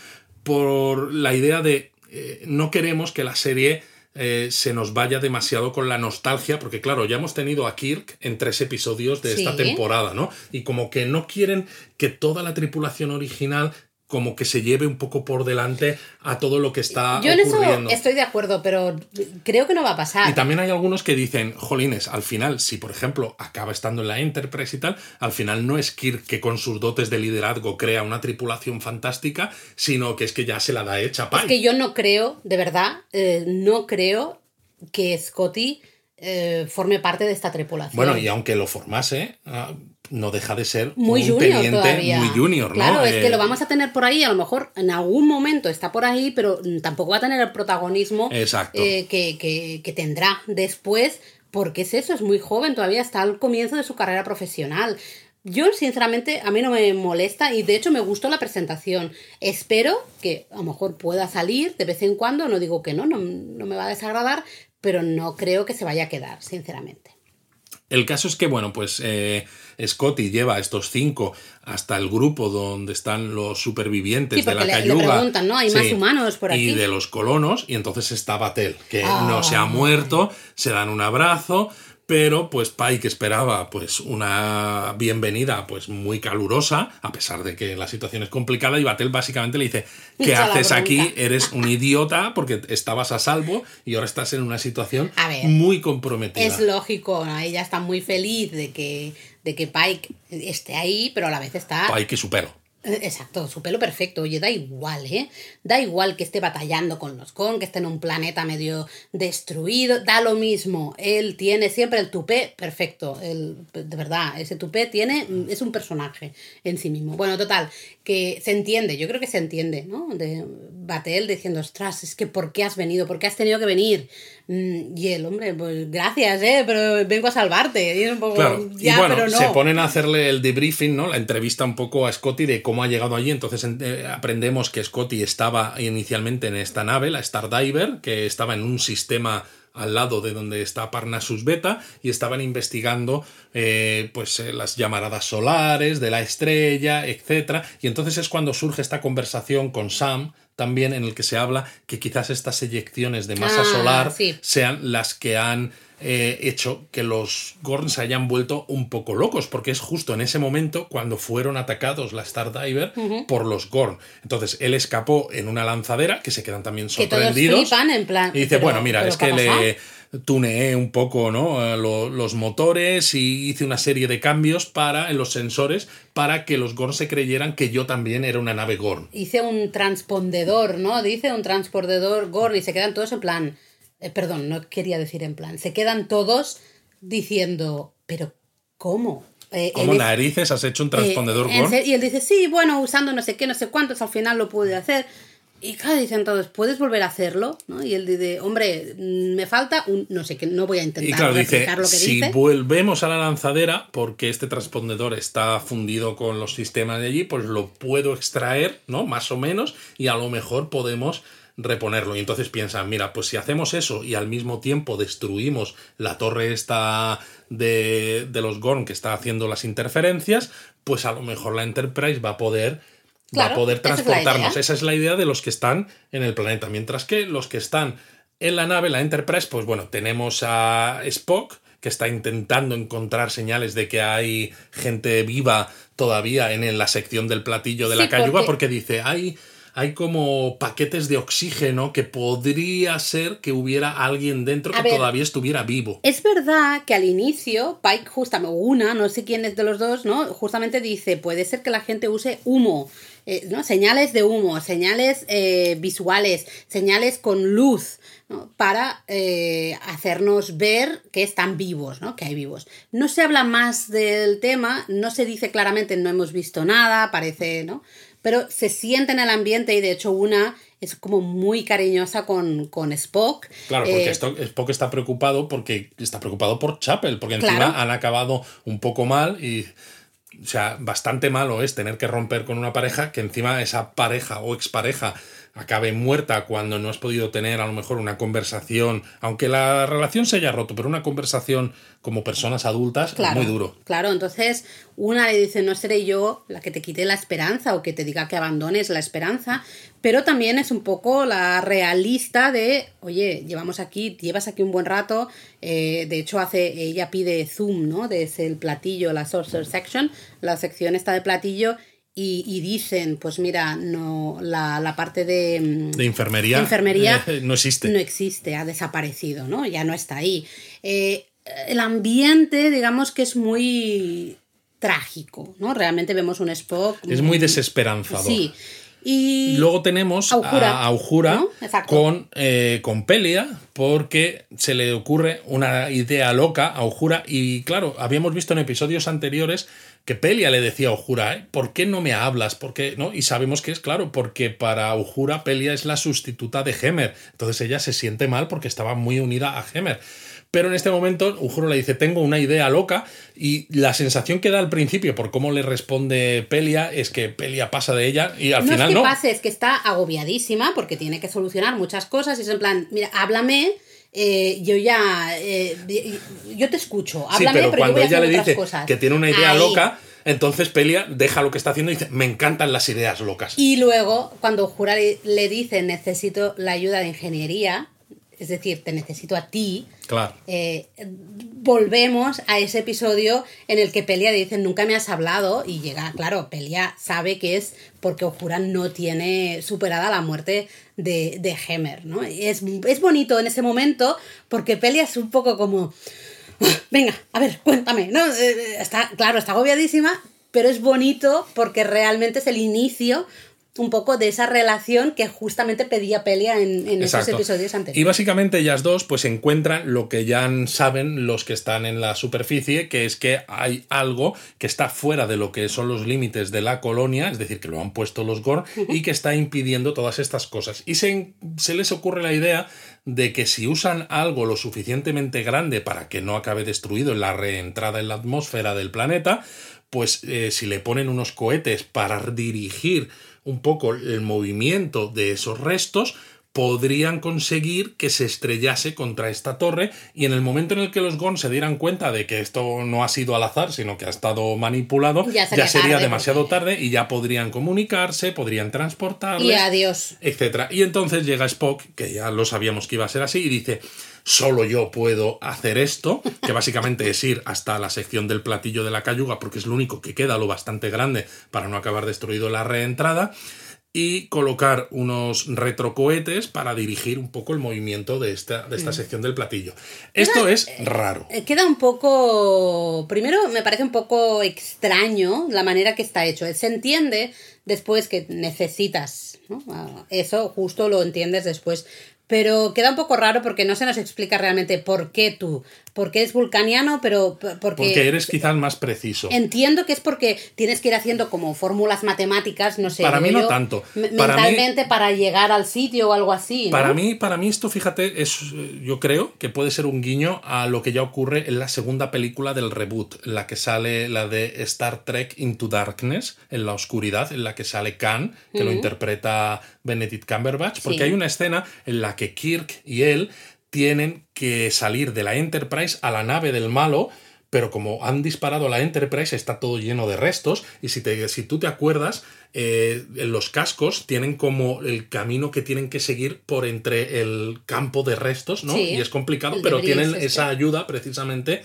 por la idea de no queremos que la serie se nos vaya demasiado con la nostalgia, porque claro, ya hemos tenido a Kirk en 3 episodios de esta temporada, ¿no? Y como que no quieren que toda la tripulación original como que se lleve un poco por delante a todo lo que está ocurriendo. Yo en eso estoy de acuerdo, pero creo que no va a pasar. Y también hay algunos que dicen, jolines, al final, si por ejemplo acaba estando en la Enterprise y tal, al final no es Kirk que con sus dotes de liderazgo crea una tripulación fantástica, sino que es que ya se la da hecha Pike. Es que yo no creo, de verdad, no creo que Scotty forme parte de esta tripulación. Bueno, y aunque lo formase... no deja de ser muy un junior teniente todavía. Muy junior, ¿no? Claro, es que lo vamos a tener por ahí, a lo mejor en algún momento está por ahí, pero tampoco va a tener el protagonismo que tendrá después, porque es eso, es muy joven, todavía está al comienzo de su carrera profesional. Yo, sinceramente, a mí no me molesta y de hecho me gustó la presentación. Espero que a lo mejor pueda salir de vez en cuando, no digo que no me va a desagradar, pero no creo que se vaya a quedar, sinceramente. El caso es que, bueno, pues Scotty lleva a estos 5 hasta el grupo donde están los supervivientes de la Cayuga. Le preguntan, ¿no? Hay más humanos por aquí. Y de los colonos, y entonces está Batel, que no se ha muerto, se dan un abrazo, pero pues Pike esperaba pues una bienvenida pues muy calurosa, a pesar de que la situación es complicada, y Batel básicamente le dice, ¿qué haces aquí? Eres un idiota porque estabas a salvo y ahora estás en una situación muy comprometida. Es lógico, ¿no? Ella está muy feliz de que Pike esté ahí, pero a la vez está... Pike y su pelo. Exacto, su pelo perfecto. Oye, da igual, ¿eh? Da igual que esté batallando con los Gorn, que esté en un planeta medio destruido, da lo mismo. Él tiene siempre el tupé perfecto. De verdad, ese tupé es un personaje en sí mismo. Bueno, total, que se entiende, yo creo que se entiende, ¿no? De Batel diciendo, ostras, es que ¿por qué has venido? ¿Por qué has tenido que venir? Y el hombre, pues gracias, pero vengo a salvarte. Y es un poco, claro, ya, y bueno, pero no. Se ponen a hacerle el debriefing, ¿no? La entrevista un poco a Scotty de cómo ha llegado allí. Entonces aprendemos que Scotty estaba inicialmente en esta nave, la Stardiver, que estaba en un sistema al lado de donde está Parnassus Beta, y estaban investigando las llamaradas solares de la estrella, etc. Y entonces es cuando surge esta conversación con Sam, también, en el que se habla que quizás estas eyecciones de masa solar sean las que han hecho que los Gorn se hayan vuelto un poco locos, porque es justo en ese momento cuando fueron atacados la Stardiver por los Gorn. Entonces él escapó en una lanzadera, que se quedan también sorprendidos. Que todos flipan, en plan... Y dice, bueno, mira, es que le tuneé un poco, ¿no? los motores y hice una serie de cambios en los sensores para que los Gorn se creyeran que yo también era una nave Gorn. Hice un transpondedor, ¿no? Dice un transpondedor Gorn, y se quedan todos en plan... perdón, no quería decir en plan. Se quedan todos diciendo, ¿pero cómo? ¿Cómo narices has hecho un transpondedor Gorn? Y él dice, sí, bueno, usando no sé qué, no sé cuántos, al final lo pude hacer. Y claro, dicen todos, ¿puedes volver a hacerlo? ¿No? Y él dice, hombre, me falta un... No sé qué, no voy a intentar replicar lo que dice. Si volvemos a la lanzadera, porque este transpondedor está fundido con los sistemas de allí, pues lo puedo extraer, ¿no? Más o menos, y a lo mejor podemos reponerlo. Y entonces piensan, mira, pues si hacemos eso y al mismo tiempo destruimos la torre esta de los Gorn que está haciendo las interferencias, pues a lo mejor la Enterprise va a poder transportarnos. Esa es la idea de los que están en el planeta. Mientras que los que están en la nave, la Enterprise, pues bueno, tenemos a Spock, que está intentando encontrar señales de que hay gente viva todavía en la sección del platillo de la cayuga, porque dice, hay como paquetes de oxígeno que podría ser que hubiera alguien dentro que todavía estuviera vivo. Es verdad que al inicio, Pike justamente, no sé quién es de los dos, ¿no? Justamente dice, puede ser que la gente use humo, ¿no? Señales de humo, señales visuales, señales con luz, ¿no? Para hacernos ver que están vivos, ¿no? Que hay vivos. No se habla más del tema, no se dice claramente, no hemos visto nada, parece, ¿no? Pero se siente en el ambiente, y de hecho una es como muy cariñosa con Spock. Claro, porque Spock está preocupado por Chapel, porque encima han acabado un poco mal y... O sea, bastante malo es tener que romper con una pareja, que encima esa pareja o expareja acabe muerta cuando no has podido tener a lo mejor una conversación, aunque la relación se haya roto, pero una conversación como personas adultas, claro, es muy duro. Claro, entonces una le dice, no seré yo la que te quite la esperanza o que te diga que abandones la esperanza, pero también es un poco la realista de, oye, llevas aquí un buen rato, de hecho ella pide zoom, ¿no? Desde el platillo, la Sorcerer Section, la sección esta de platillo, y dicen, pues mira, no, la parte de enfermería no existe. No existe, ha desaparecido, ¿no? Ya no está ahí. El ambiente, digamos que es muy trágico, ¿no? Realmente vemos un Spock... Es muy desesperanzador. Sí. Y luego tenemos a Uhura, ¿no? Con Pelia, porque se le ocurre una idea loca a Uhura. Y claro, habíamos visto en episodios anteriores que Pelia le decía a Uhura, ¿por qué no me hablas? ¿Por qué no? Y sabemos que es claro, porque para Uhura Pelia es la sustituta de Hemer. Entonces ella se siente mal porque estaba muy unida a Hemer. Pero en este momento Uhura le dice, tengo una idea loca, y la sensación que da al principio por cómo le responde Pelia es que Pelia pasa de ella y al final no. No es que pase, es que está agobiadísima porque tiene que solucionar muchas cosas y es en plan, mira, háblame, yo te escucho, háblame, sí, pero cuando yo voy ella le otras dice cosas. Que tiene una idea loca, entonces Pelia deja lo que está haciendo y dice, me encantan las ideas locas. Y luego, cuando Uhura le dice, necesito la ayuda de ingeniería, es decir, te necesito a ti. Claro. Volvemos a ese episodio en el que Pelia dice, nunca me has hablado, y llega, claro, Pelia sabe que es porque Uhura no tiene superada la muerte de Hemer, ¿no? Es bonito en ese momento porque Pelia es un poco como, venga, a ver, cuéntame, ¿no? Está agobiadísima, pero es bonito porque realmente es el inicio un poco de esa relación que justamente pedía Pelia en esos episodios anteriores. Y básicamente ellas dos pues encuentran lo que ya saben los que están en la superficie, que es que hay algo que está fuera de lo que son los límites de la colonia, es decir, que lo han puesto los Gorn, y que está impidiendo todas estas cosas. Y se les ocurre la idea de que si usan algo lo suficientemente grande para que no acabe destruido en la reentrada en la atmósfera del planeta, pues si le ponen unos cohetes para dirigir un poco el movimiento de esos restos, podrían conseguir que se estrellase contra esta torre, y en el momento en el que los Gorn se dieran cuenta de que esto no ha sido al azar, sino que ha estado manipulado, ya sería demasiado tarde y ya podrían comunicarse, podrían transportarles, y adiós, etcétera. Y entonces llega Spock, que ya lo sabíamos que iba a ser así, y dice, solo yo puedo hacer esto, que básicamente es ir hasta la sección del platillo de la Cayuga, porque es lo único que queda, lo bastante grande para no acabar destruido la reentrada, y colocar unos retrocohetes para dirigir un poco el movimiento de esta sección del platillo. Esto es raro. Queda un poco... Primero, me parece un poco extraño la manera que está hecho. Se entiende después que necesitas, ¿no? Eso justo lo entiendes después. Pero queda un poco raro porque no se nos explica realmente por qué es vulcaniano, pero porque eres quizás más preciso. Entiendo que es porque tienes que ir haciendo como fórmulas matemáticas, no sé. Para mí no tanto. Mentalmente para llegar al sitio o algo así, ¿no? Para mí esto, fíjate, yo creo que puede ser un guiño a lo que ya ocurre en la segunda película del reboot, en la que sale la de Star Trek Into Darkness, en la oscuridad, en la que sale Khan, que lo interpreta Benedict Cumberbatch, porque hay una escena en la que Kirk y él tienen que salir de la Enterprise a la nave del malo, pero como han disparado la Enterprise está todo lleno de restos, y si tú te acuerdas, los cascos tienen como el camino que tienen que seguir por entre el campo de restos, ¿no? Sí, y es complicado, pero tienen esa ayuda precisamente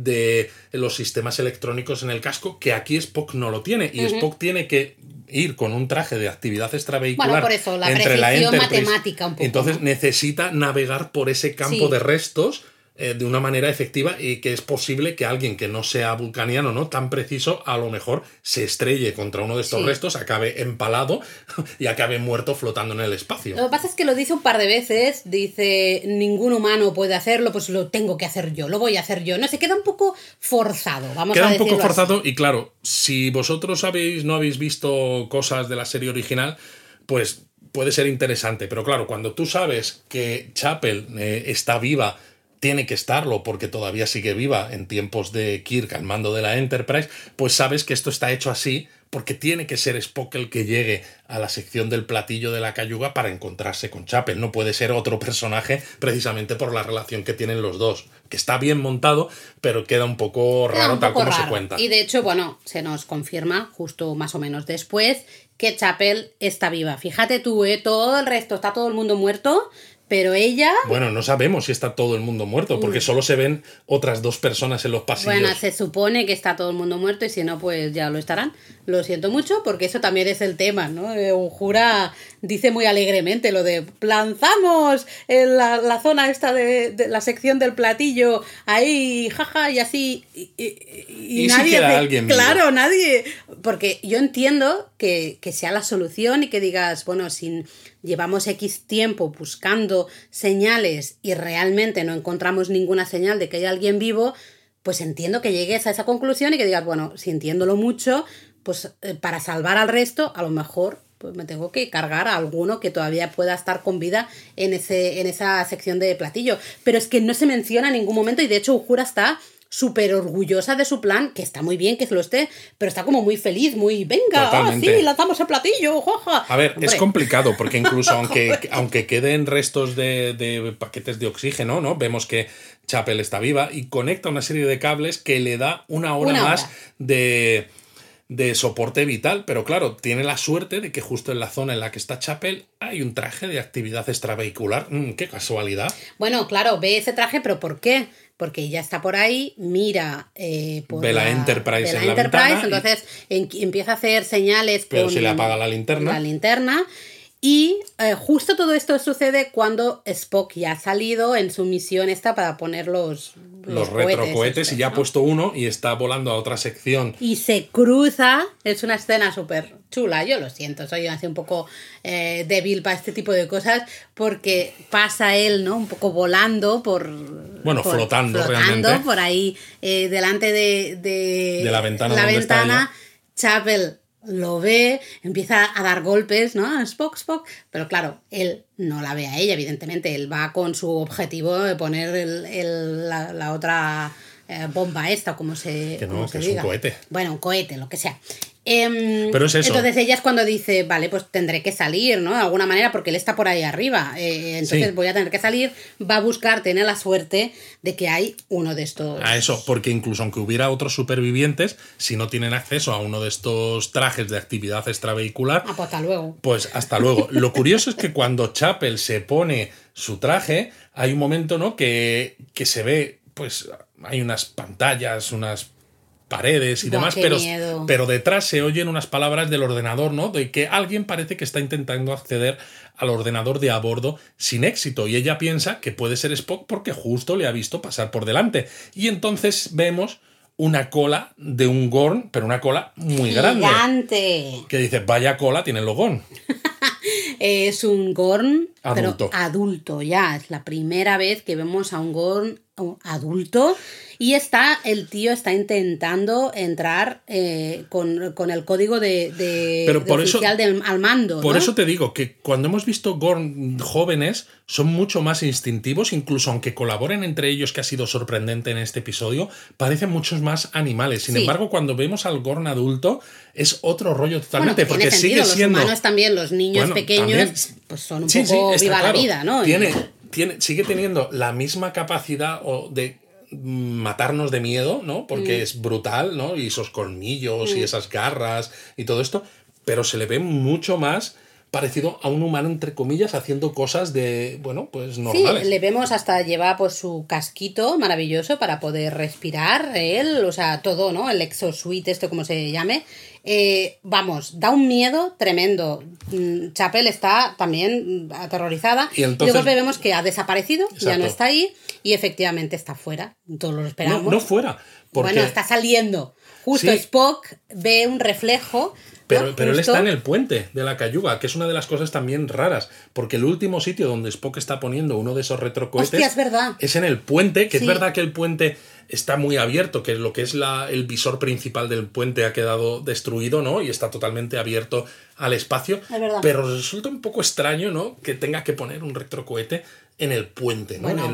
de los sistemas electrónicos en el casco, que aquí Spock no lo tiene, y Spock tiene que ir con un traje de actividad extravehicular. Bueno, por eso, la precisión matemática un poco. Entonces necesita navegar por ese campo de restos de una manera efectiva, y que es posible que alguien que no sea vulcaniano, ¿no?, tan preciso, a lo mejor se estrelle contra uno de estos restos, acabe empalado y acabe muerto flotando en el espacio. Lo que pasa es que lo dice un par de veces, dice, ningún humano puede hacerlo, pues lo tengo que hacer yo, lo voy a hacer yo. No sé, queda un poco forzado, queda un poco forzado así. Y claro, si vosotros no habéis visto cosas de la serie original, pues puede ser interesante, pero claro, cuando tú sabes que Chapel está viva, tiene que estarlo porque todavía sigue viva en tiempos de Kirk al mando de la Enterprise, pues sabes que esto está hecho así porque tiene que ser Spock el que llegue a la sección del platillo de la Cayuga para encontrarse con Chapel. No puede ser otro personaje, precisamente por la relación que tienen los dos, que está bien montado, pero queda un poco raro tal como se cuenta. Y de hecho, bueno, se nos confirma justo más o menos después que Chapel está viva. Fíjate tú, todo el resto, está todo el mundo muerto, pero ella... Bueno, no sabemos si está todo el mundo muerto, porque solo se ven otras dos personas en los pasillos. Bueno, se supone que está todo el mundo muerto, y si no, pues ya lo estarán. Lo siento mucho, porque eso también es el tema, ¿no? Uhura dice muy alegremente lo de lanzamos en la zona esta de la sección del platillo, ahí, jaja, y así, y nadie... Si queda alguien vivo. Claro, nadie... Porque yo entiendo que sea la solución y que digas, bueno, sin... Llevamos X tiempo buscando señales y realmente no encontramos ninguna señal de que haya alguien vivo, pues entiendo que llegues a esa conclusión y que digas, bueno, sintiéndolo mucho, pues para salvar al resto, a lo mejor pues me tengo que cargar a alguno que todavía pueda estar con vida en esa sección de platillo. Pero es que no se menciona en ningún momento, y de hecho Uhura está súper orgullosa de su plan, que está muy bien que se lo esté, pero está como muy feliz, muy, venga, sí, lanzamos el platillo, jaja. A ver, es complicado, porque incluso aunque queden restos de paquetes de oxígeno, ¿no? Vemos que Chapel está viva y conecta una serie de cables que le da una hora más de de soporte vital, pero claro, tiene la suerte de que justo en la zona en la que está Chapel hay un traje de actividad extravehicular. ¡Qué casualidad! Bueno, claro, ve ese traje, pero ¿por qué? Porque ella está por ahí, mira por ve la Enterprise en la ventana, entonces empieza a hacer señales pero con se le apaga la linterna. Y justo todo esto sucede cuando Spock ya ha salido en su misión esta para poner los retrocohetes, y ya ha puesto uno y está volando a otra sección. Y se cruza, es una escena súper chula, yo lo siento, soy así un poco débil para este tipo de cosas, porque pasa él, ¿no? Un poco volando flotando realmente. Por ahí, delante de la ventana. Chapel lo ve, empieza a dar golpes, ¿no? Spock, pero claro, él no la ve a ella, evidentemente, él va con su objetivo de poner la otra bomba esta, como se que no, como que se es diga. un cohete. Bueno, un cohete, lo que sea. Pero es eso. Entonces ella es cuando dice, vale, pues tendré que salir, ¿no? De alguna manera, porque él está por ahí arriba. Entonces voy a tener que salir. Va a buscar, tener la suerte de que hay uno de estos. A eso, porque incluso aunque hubiera otros supervivientes, si no tienen acceso a uno de estos trajes de actividad extravehicular. Pues hasta luego. Pues hasta luego. Lo curioso es que cuando Chapel se pone su traje, hay un momento, ¿no? Que se ve, pues hay unas pantallas, unas paredes y demás, pero detrás se oyen unas palabras del ordenador, ¿no? De que alguien parece que está intentando acceder al ordenador de a bordo sin éxito, y ella piensa que puede ser Spock porque justo le ha visto pasar por delante. Y entonces vemos una cola de un Gorn, pero una cola muy grande. ¡Gigante! Que dice, vaya cola tienen los Gorn. Es un Gorn adulto. Pero adulto ya. Es la primera vez que vemos a un Gorn adulto. Y el tío está intentando entrar con el código de oficial al mando. Por ¿no? eso te digo que cuando hemos visto Gorn jóvenes, son mucho más instintivos, incluso aunque colaboren entre ellos, que ha sido sorprendente en este episodio, parecen muchos más animales. Sin embargo, cuando vemos al Gorn adulto, es otro rollo totalmente, bueno, porque sigue siendo... Los humanos también, los niños pequeños, también, pues son un poco viva la vida, ¿no? Sigue teniendo la misma capacidad de matarnos de miedo, ¿no? Porque es brutal, ¿no? Y esos colmillos y esas garras y todo esto, pero se le ve mucho más parecido a un humano, entre comillas, haciendo cosas de, bueno, pues normales. Sí, le vemos hasta llevar pues su casquito maravilloso para poder respirar, él, o sea, todo, ¿no? El exosuite, esto como se llame. Vamos, da un miedo tremendo. Chapel está también aterrorizada y luego vemos que ha desaparecido. Exacto. Ya no está ahí y efectivamente está fuera. Todos lo esperamos. No fuera. Porque... Bueno, está saliendo. Justo Spock ve un reflejo. Pero él está en el puente de la Cayuga, que es una de las cosas también raras, porque el último sitio donde Spock está poniendo uno de esos retrocohetes. Hostia, es verdad. Es en el puente, que es verdad que el puente está muy abierto, que lo que es el visor principal del puente ha quedado destruido, ¿no? Y está totalmente abierto al espacio. Es verdad. Pero resulta un poco extraño, ¿no? Que tenga que poner un retrocohete en el puente, ¿no? Bueno,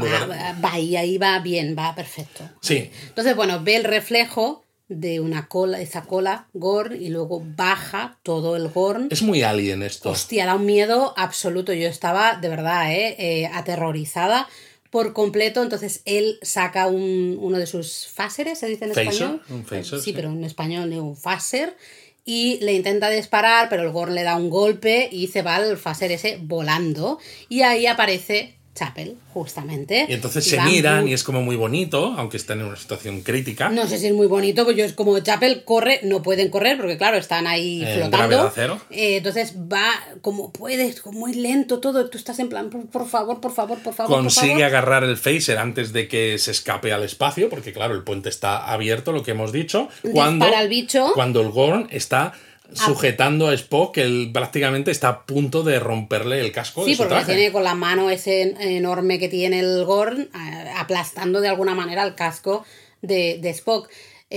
ahí va bien, va perfecto. Sí. Entonces, bueno, ve el reflejo de esa cola Gorn, y luego baja todo el Gorn. Es muy Alien esto. Hostia, da un miedo absoluto. Yo estaba, de verdad, aterrorizada por completo. Entonces él saca uno de sus phaseres, ¿se dice en español? Un phaser, sí, pero en español digo un phaser. Y le intenta disparar, pero el Gorn le da un golpe y se va el phaser ese volando. Y ahí aparece Chapel, justamente. Y entonces se miran y es como muy bonito, aunque están en una situación crítica. No sé si es muy bonito, pues yo es como Chapel corre, no pueden correr porque claro, están ahí flotando. Gravedad cero. Entonces va como puedes, como muy lento todo, tú estás en plan, por favor. Consigue agarrar el phaser antes de que se escape al espacio, porque claro, el puente está abierto, lo que hemos dicho. Dispara al bicho. Cuando el Gorn está sujetando a Spock, que él prácticamente está a punto de romperle el casco de su traje. Sí, porque tiene con la mano ese enorme que tiene el Gorn aplastando de alguna manera el casco de Spock.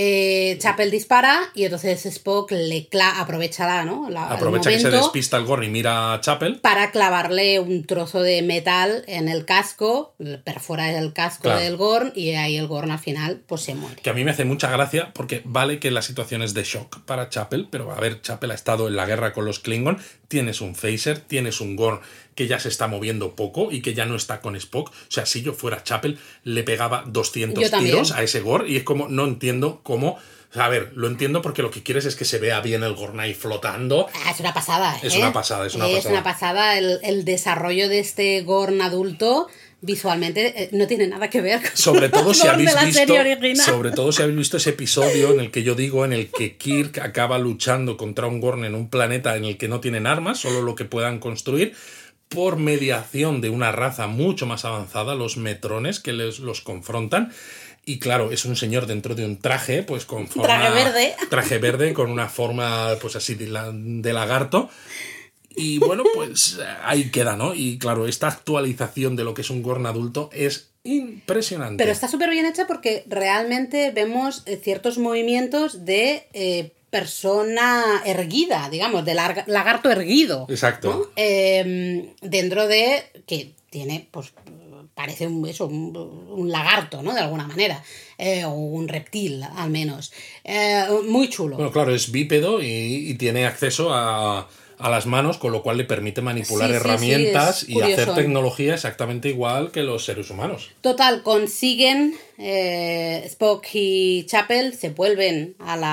Chapel dispara y entonces Spock aprovecha que se despista el Gorn y mira a Chapel para clavarle un trozo de metal en el casco, perfora el casco del Gorn y ahí el Gorn al final pues se muere. Que a mí me hace mucha gracia porque vale que la situación es de shock para Chapel, pero a ver, Chapel ha estado en la guerra con los Klingon, tienes un phaser, tienes un Gorn que ya se está moviendo poco y que ya no está con Spock. O sea, si yo fuera Chapel, le pegaba 200 tiros a ese Gorn y es como, no entiendo cómo... O sea, a ver, lo entiendo porque lo que quieres es que se vea bien el Gorn ahí flotando. Es una pasada, Es una pasada. Es una pasada el desarrollo de este Gorn adulto. Visualmente no tiene nada que ver con sobre todo si habéis visto ese episodio en el que yo digo, en el que Kirk acaba luchando contra un Gorn en un planeta en el que no tienen armas, solo lo que puedan construir, por mediación de una raza mucho más avanzada, los Metrones, que los confrontan. Y claro, es un señor dentro de un traje, pues con forma... Traje verde, con una forma, pues así, de lagarto. Y bueno, pues ahí queda, ¿no? Y claro, esta actualización de lo que es un Gorn adulto es impresionante. Pero está súper bien hecha porque realmente vemos ciertos movimientos de persona erguida, digamos, de lagarto erguido. Exacto. ¿no? Dentro de que tiene, pues, parece un lagarto, ¿no? De alguna manera. O un reptil, al menos. Muy chulo. Bueno, claro, es bípedo y tiene acceso a las manos, con lo cual le permite manipular herramientas y hacer tecnología exactamente igual que los seres humanos. Total, consiguen Spock y Chapel, se vuelven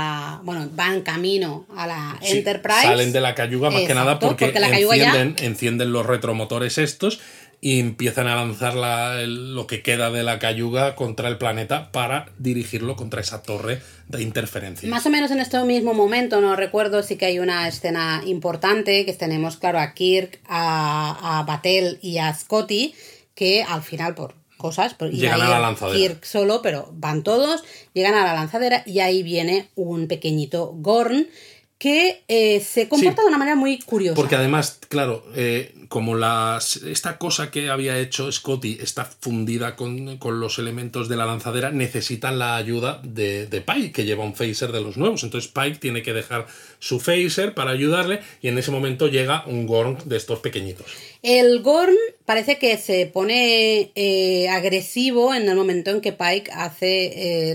van camino a la Enterprise. Salen de la cayuga más que nada porque encienden los retromotores estos y empiezan a lanzar lo que queda de la cayuga contra el planeta para dirigirlo contra esa torre de interferencia. Más o menos en este mismo momento, no recuerdo, sí que hay una escena importante que tenemos, claro, a Kirk, a Batel y a Scotty, que al final por cosas llegan a la lanzadera. Kirk solo, pero van todos, llegan a la lanzadera y ahí viene un pequeñito Gorn que se comporta de una manera muy curiosa. Porque además, claro, como esta cosa que había hecho Scotty está fundida con los elementos de la lanzadera, necesitan la ayuda de Pike, que lleva un phaser de los nuevos. Entonces Pike tiene que dejar su phaser para ayudarle y en ese momento llega un Gorn de estos pequeñitos. El Gorn parece que se pone agresivo en el momento en que Pike hace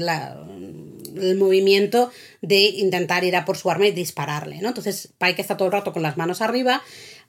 el movimiento de intentar ir a por su arma y dispararle, ¿no? Entonces Pike está todo el rato con las manos arriba,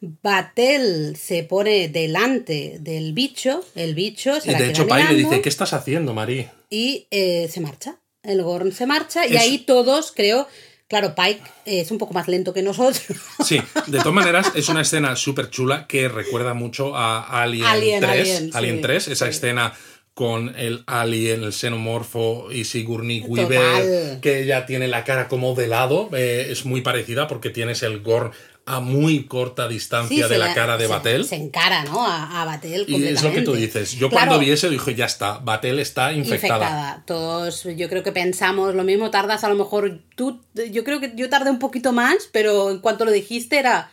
Batel se pone delante del bicho, el bicho se la queda mirando. Y de hecho Pike le dice, ¿qué estás haciendo, Marí? Y se marcha, el Gorn se marcha y ahí todos, creo... Claro, Pike es un poco más lento que nosotros. Sí, de todas maneras es una escena súper chula que recuerda mucho a Alien 3, esa escena con el alien, el xenomorfo y Sigourney Weaver, que ya tiene la cara como de lado, es muy parecida porque tienes el Gorn a muy corta distancia de la cara de Batel. Se encara, ¿no? A Batel completamente. Y es lo que tú dices. Yo cuando vi eso dije, ya está, Batel está infectada. Todos, yo creo que pensamos lo mismo, tardas a lo mejor... yo creo que yo tardé un poquito más, pero en cuanto lo dijiste era...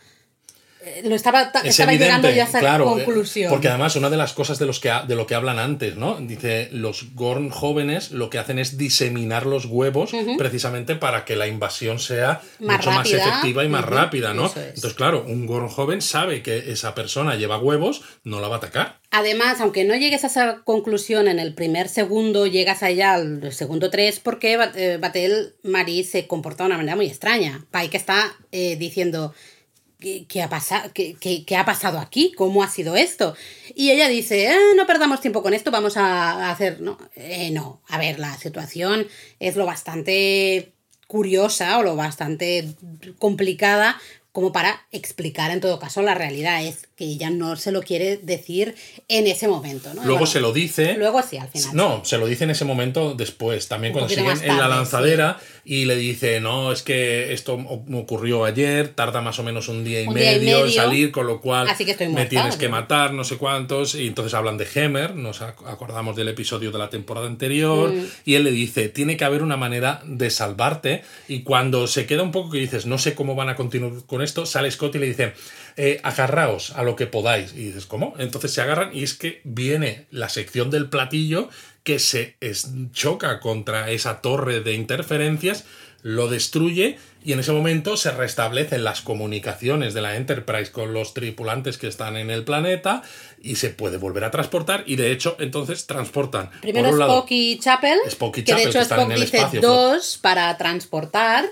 estaba llegando ya a esa conclusión. Porque además una de las cosas de lo que hablan antes, ¿no? Dice, los Gorn jóvenes lo que hacen es diseminar los huevos precisamente para que la invasión sea mucho más efectiva y más rápida, ¿no? Entonces, claro, un Gorn joven sabe que esa persona lleva huevos, no la va a atacar. Además, aunque no llegues a esa conclusión en el primer segundo, llegas allá al segundo 3 porque Batel Marí se comporta de una manera muy extraña. Pike está diciendo... ¿Qué ha pasado aquí? ¿Cómo ha sido esto? Y ella dice, no perdamos tiempo con esto, vamos a hacer... No, a ver, la situación es lo bastante curiosa o lo bastante complicada como para explicar en todo caso la realidad. Es que ella no se lo quiere decir en ese momento, ¿no? Luego se lo dice... Luego sí, al final. No, se lo dice en ese momento después, también cuando siguen en la lanzadera y le dice, no, es que esto ocurrió ayer, tarda más o menos un día y medio en salir, con lo cual me tienes que matar, no sé cuántos, y entonces hablan de Hemmer, nos acordamos del episodio de la temporada anterior, y él le dice, tiene que haber una manera de salvarte, y cuando se queda un poco que dices, no sé cómo van a continuar con esto, sale Scott y le dice, agarraos a lo que podáis, y dices, ¿cómo? Entonces se agarran y es que viene la sección del platillo que se choca contra esa torre de interferencias, lo destruye y en ese momento se restablecen las comunicaciones de la Enterprise con los tripulantes que están en el planeta y se puede volver a transportar y de hecho entonces transportan primero por un lado, Spock y Chapel, que de hecho que están Spock en el dice espacio, 2 para transportar,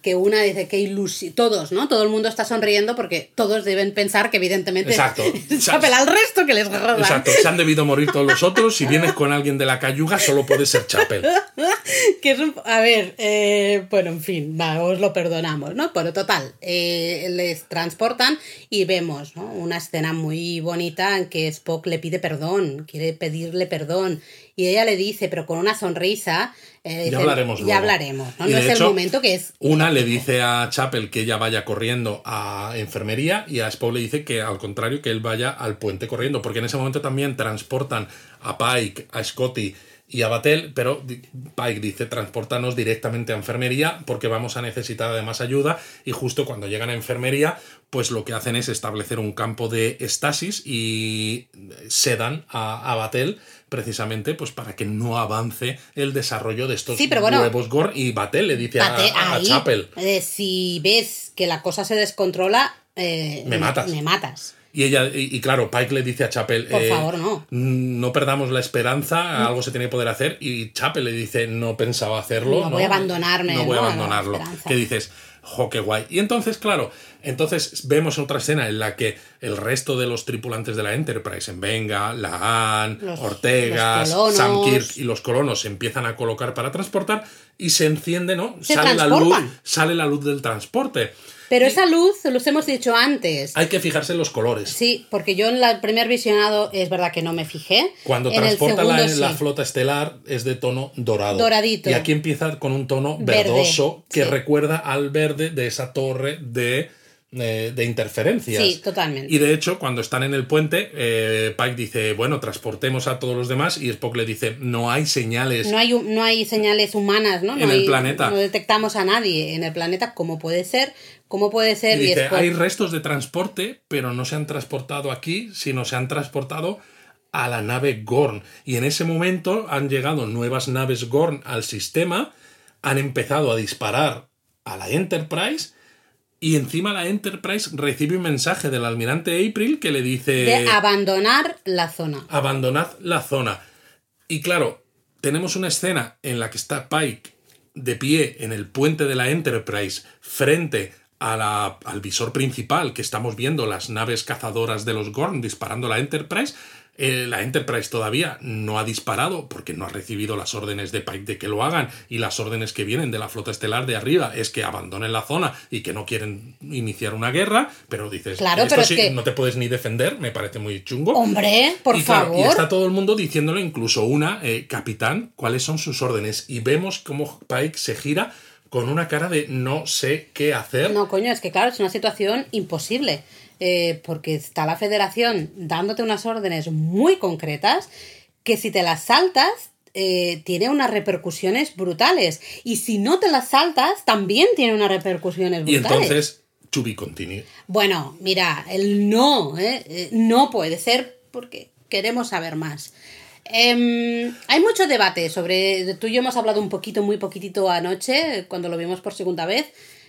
que una dice que ilusión, todos, ¿no? Todo el mundo está sonriendo porque todos deben pensar que evidentemente Exacto. Chapel al resto que les roban. Exacto, se han debido morir todos los otros. Si vienes con alguien de la cayuga, solo puede ser Chapel. Que es a ver, bueno, en fin, va, os lo perdonamos, ¿no? Pero total, les transportan y vemos, ¿no? Una escena muy bonita en que Spock le pide perdón, quiere pedirle perdón, y ella le dice, pero con una sonrisa, ya hablaremos luego. Ya hablaremos, ¿no? Y No de es hecho, el momento que es... Una le dice a Chapel que ella vaya corriendo a enfermería y a Spock le dice que al contrario, que él vaya al puente corriendo, porque en ese momento también transportan a Pike, a Scotty y a Batel, pero Pike dice, transportanos directamente a enfermería porque vamos a necesitar además ayuda, y justo cuando llegan a enfermería, pues lo que hacen es establecer un campo de estasis y sedan a Batel precisamente pues para que no avance el desarrollo de estos nuevos Gorn, y Batel le dice a Chapel, si ves que la cosa se descontrola, me matas. Y ella, y claro, Pike le dice a Chapel, por favor, no perdamos la esperanza, algo se tiene que poder hacer, y Chapel le dice, no pensaba hacerlo. No voy a abandonarme. No voy a abandonarlo. Que dices, jo, qué guay. Y entonces, claro, vemos otra escena en la que el resto de los tripulantes de la Enterprise, en Venga, Laan, Ortegas, Sam Kirk y los colonos se empiezan a colocar para transportar y se enciende, ¿no? Sale la luz del transporte. Pero esa luz, los hemos dicho antes. Hay que fijarse en los colores. Sí, porque yo en el primer visionado es verdad que no me fijé. Cuando transporta la flota estelar es de tono dorado. Doradito. Y aquí empieza con un tono verdoso que recuerda al verde de esa torre de interferencias. Sí, totalmente. Y de hecho, cuando están en el puente, Pike dice, bueno, transportemos a todos los demás, y Spock le dice, no hay señales. No hay señales humanas, ¿no? En el planeta. No detectamos a nadie en el planeta. ¿Cómo puede ser? Y dice, hay restos de transporte, pero no se han transportado aquí, sino se han transportado a la nave Gorn. Y en ese momento han llegado nuevas naves Gorn al sistema, han empezado a disparar a la Enterprise, y encima la Enterprise recibe un mensaje del almirante April que le dice... de abandonar la zona. Abandonad la zona. Y claro, tenemos una escena en la que está Pike de pie en el puente de la Enterprise frente al visor principal, que estamos viendo las naves cazadoras de los Gorn disparando a la Enterprise. La Enterprise todavía no ha disparado porque no ha recibido las órdenes de Pike de que lo hagan, y las órdenes que vienen de la flota estelar de arriba es que abandonen la zona y que no quieren iniciar una guerra, pero dices, claro, esto pero sí, es que... no te puedes ni defender, me parece muy chungo. Hombre, por favor. Y está todo el mundo diciéndole, incluso capitán, cuáles son sus órdenes, y vemos cómo Pike se gira con una cara de no sé qué hacer. No, coño, es que claro, es una situación imposible. Porque está la Federación dándote unas órdenes muy concretas que si te las saltas tiene unas repercusiones brutales, y si no te las saltas también tiene unas repercusiones brutales. Y entonces, to be continued. Bueno, mira, el no puede ser porque queremos saber más. Hay mucho debate sobre... Tú y yo hemos hablado muy poquitito anoche, cuando lo vimos por segunda vez,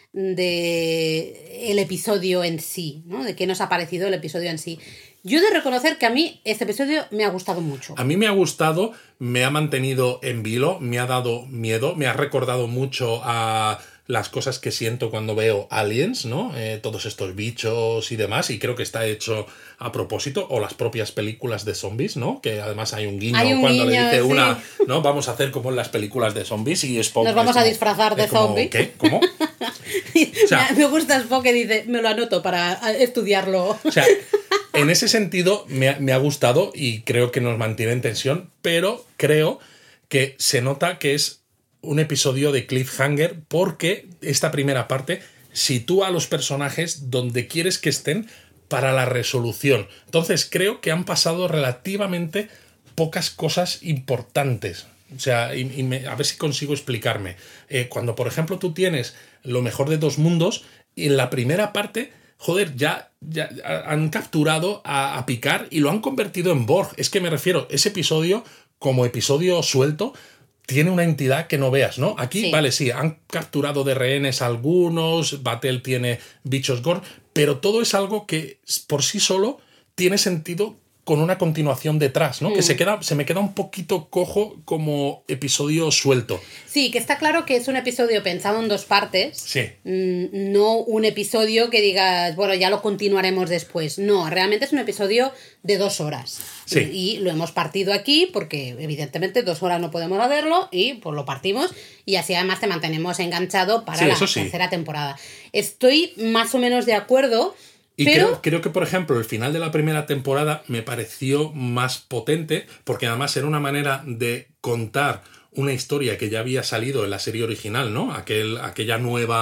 de el episodio en sí, ¿no? De qué nos ha parecido el episodio en sí. Yo he de reconocer que a mí este episodio me ha gustado mucho. A mí me ha gustado, me ha mantenido en vilo, me ha dado miedo, me ha recordado mucho a las cosas que siento cuando veo Aliens, ¿no? Todos estos bichos y demás, y creo que está hecho a propósito, o las propias películas de zombies, ¿no? Que además hay un guiño cuando le dice una, ¿no? Vamos a hacer como en las películas de zombies, y Spock nos vamos a disfrazar de zombie. ¿Qué? ¿Cómo? O sea, me gusta Spock que dice, me lo anoto para estudiarlo. O sea, en ese sentido me ha gustado y creo que nos mantiene en tensión, pero creo que se nota que es un episodio de cliffhanger porque esta primera parte sitúa a los personajes donde quieres que estén para la resolución. Entonces creo que han pasado relativamente pocas cosas importantes. O sea, a ver si consigo explicarme. Cuando, por ejemplo, tú tienes lo mejor de dos mundos, y en la primera parte, joder, ya han capturado a Picard y lo han convertido en Borg. Es que me refiero, ese episodio, como episodio suelto, tiene una entidad que no veas, ¿no? Aquí, sí. Vale, sí, han capturado de rehenes algunos, Batel tiene bichos Gorn, pero todo es algo que por sí solo tiene sentido con una continuación detrás, ¿no? Que se me queda un poquito cojo como episodio suelto. Sí, que está claro que es un episodio pensado en 2 partes. Sí. No un episodio que digas, bueno, ya lo continuaremos después. No, realmente es un episodio de 2 horas. Sí. Y lo hemos partido aquí porque evidentemente 2 horas no podemos hacerlo y pues lo partimos y así además te mantenemos enganchado para la tercera temporada. Estoy más o menos de acuerdo. Y creo que, por ejemplo, el final de la primera temporada me pareció más potente porque además era una manera de contar una historia que ya había salido en la serie original, ¿no? Aquella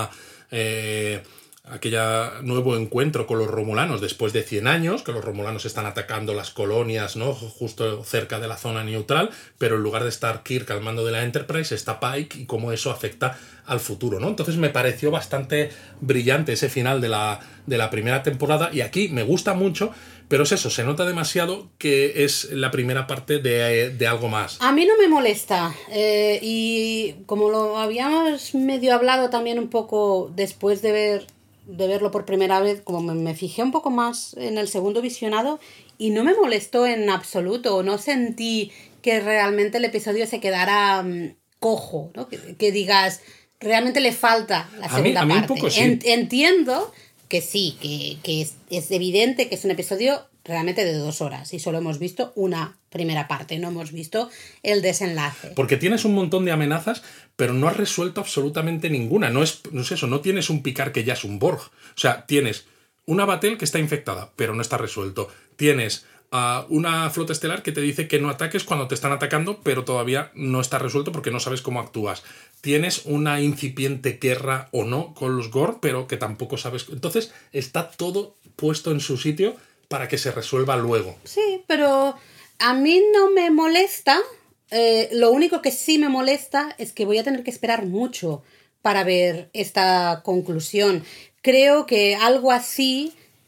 nuevo encuentro con los romulanos después de 100 años, que los romulanos están atacando las colonias, ¿no? Justo cerca de la zona neutral, pero en lugar de estar Kirk al mando de la Enterprise está Pike y cómo eso afecta al futuro, ¿no? Entonces me pareció bastante brillante ese final de la primera temporada y aquí me gusta mucho, pero es eso, se nota demasiado que es la primera parte de algo más. A mí no me molesta y como lo habíamos medio hablado también un poco después de verlo por primera vez, como me fijé un poco más en el segundo visionado y no me molestó en absoluto, no sentí que realmente el episodio se quedara cojo, ¿no? Que digas, realmente le falta la segunda parte. Un poco sí. Entiendo que sí, que es evidente que es un episodio realmente de 2 horas y solo hemos visto una primera parte, no hemos visto el desenlace. Porque tienes un montón de amenazas, pero no has resuelto absolutamente ninguna. No es eso, no tienes un Picard que ya es un Borg. O sea, tienes una Batel que está infectada, pero no está resuelto. Tienes una flota estelar que te dice que no ataques cuando te están atacando, pero todavía no está resuelto porque no sabes cómo actúas. Tienes una incipiente guerra o no con los Gorn, pero que tampoco sabes. Entonces está todo puesto en su sitio para que se resuelva luego. Sí, pero a mí no me molesta. Lo único que sí me molesta es que voy a tener que esperar mucho para ver esta conclusión. Creo que algo así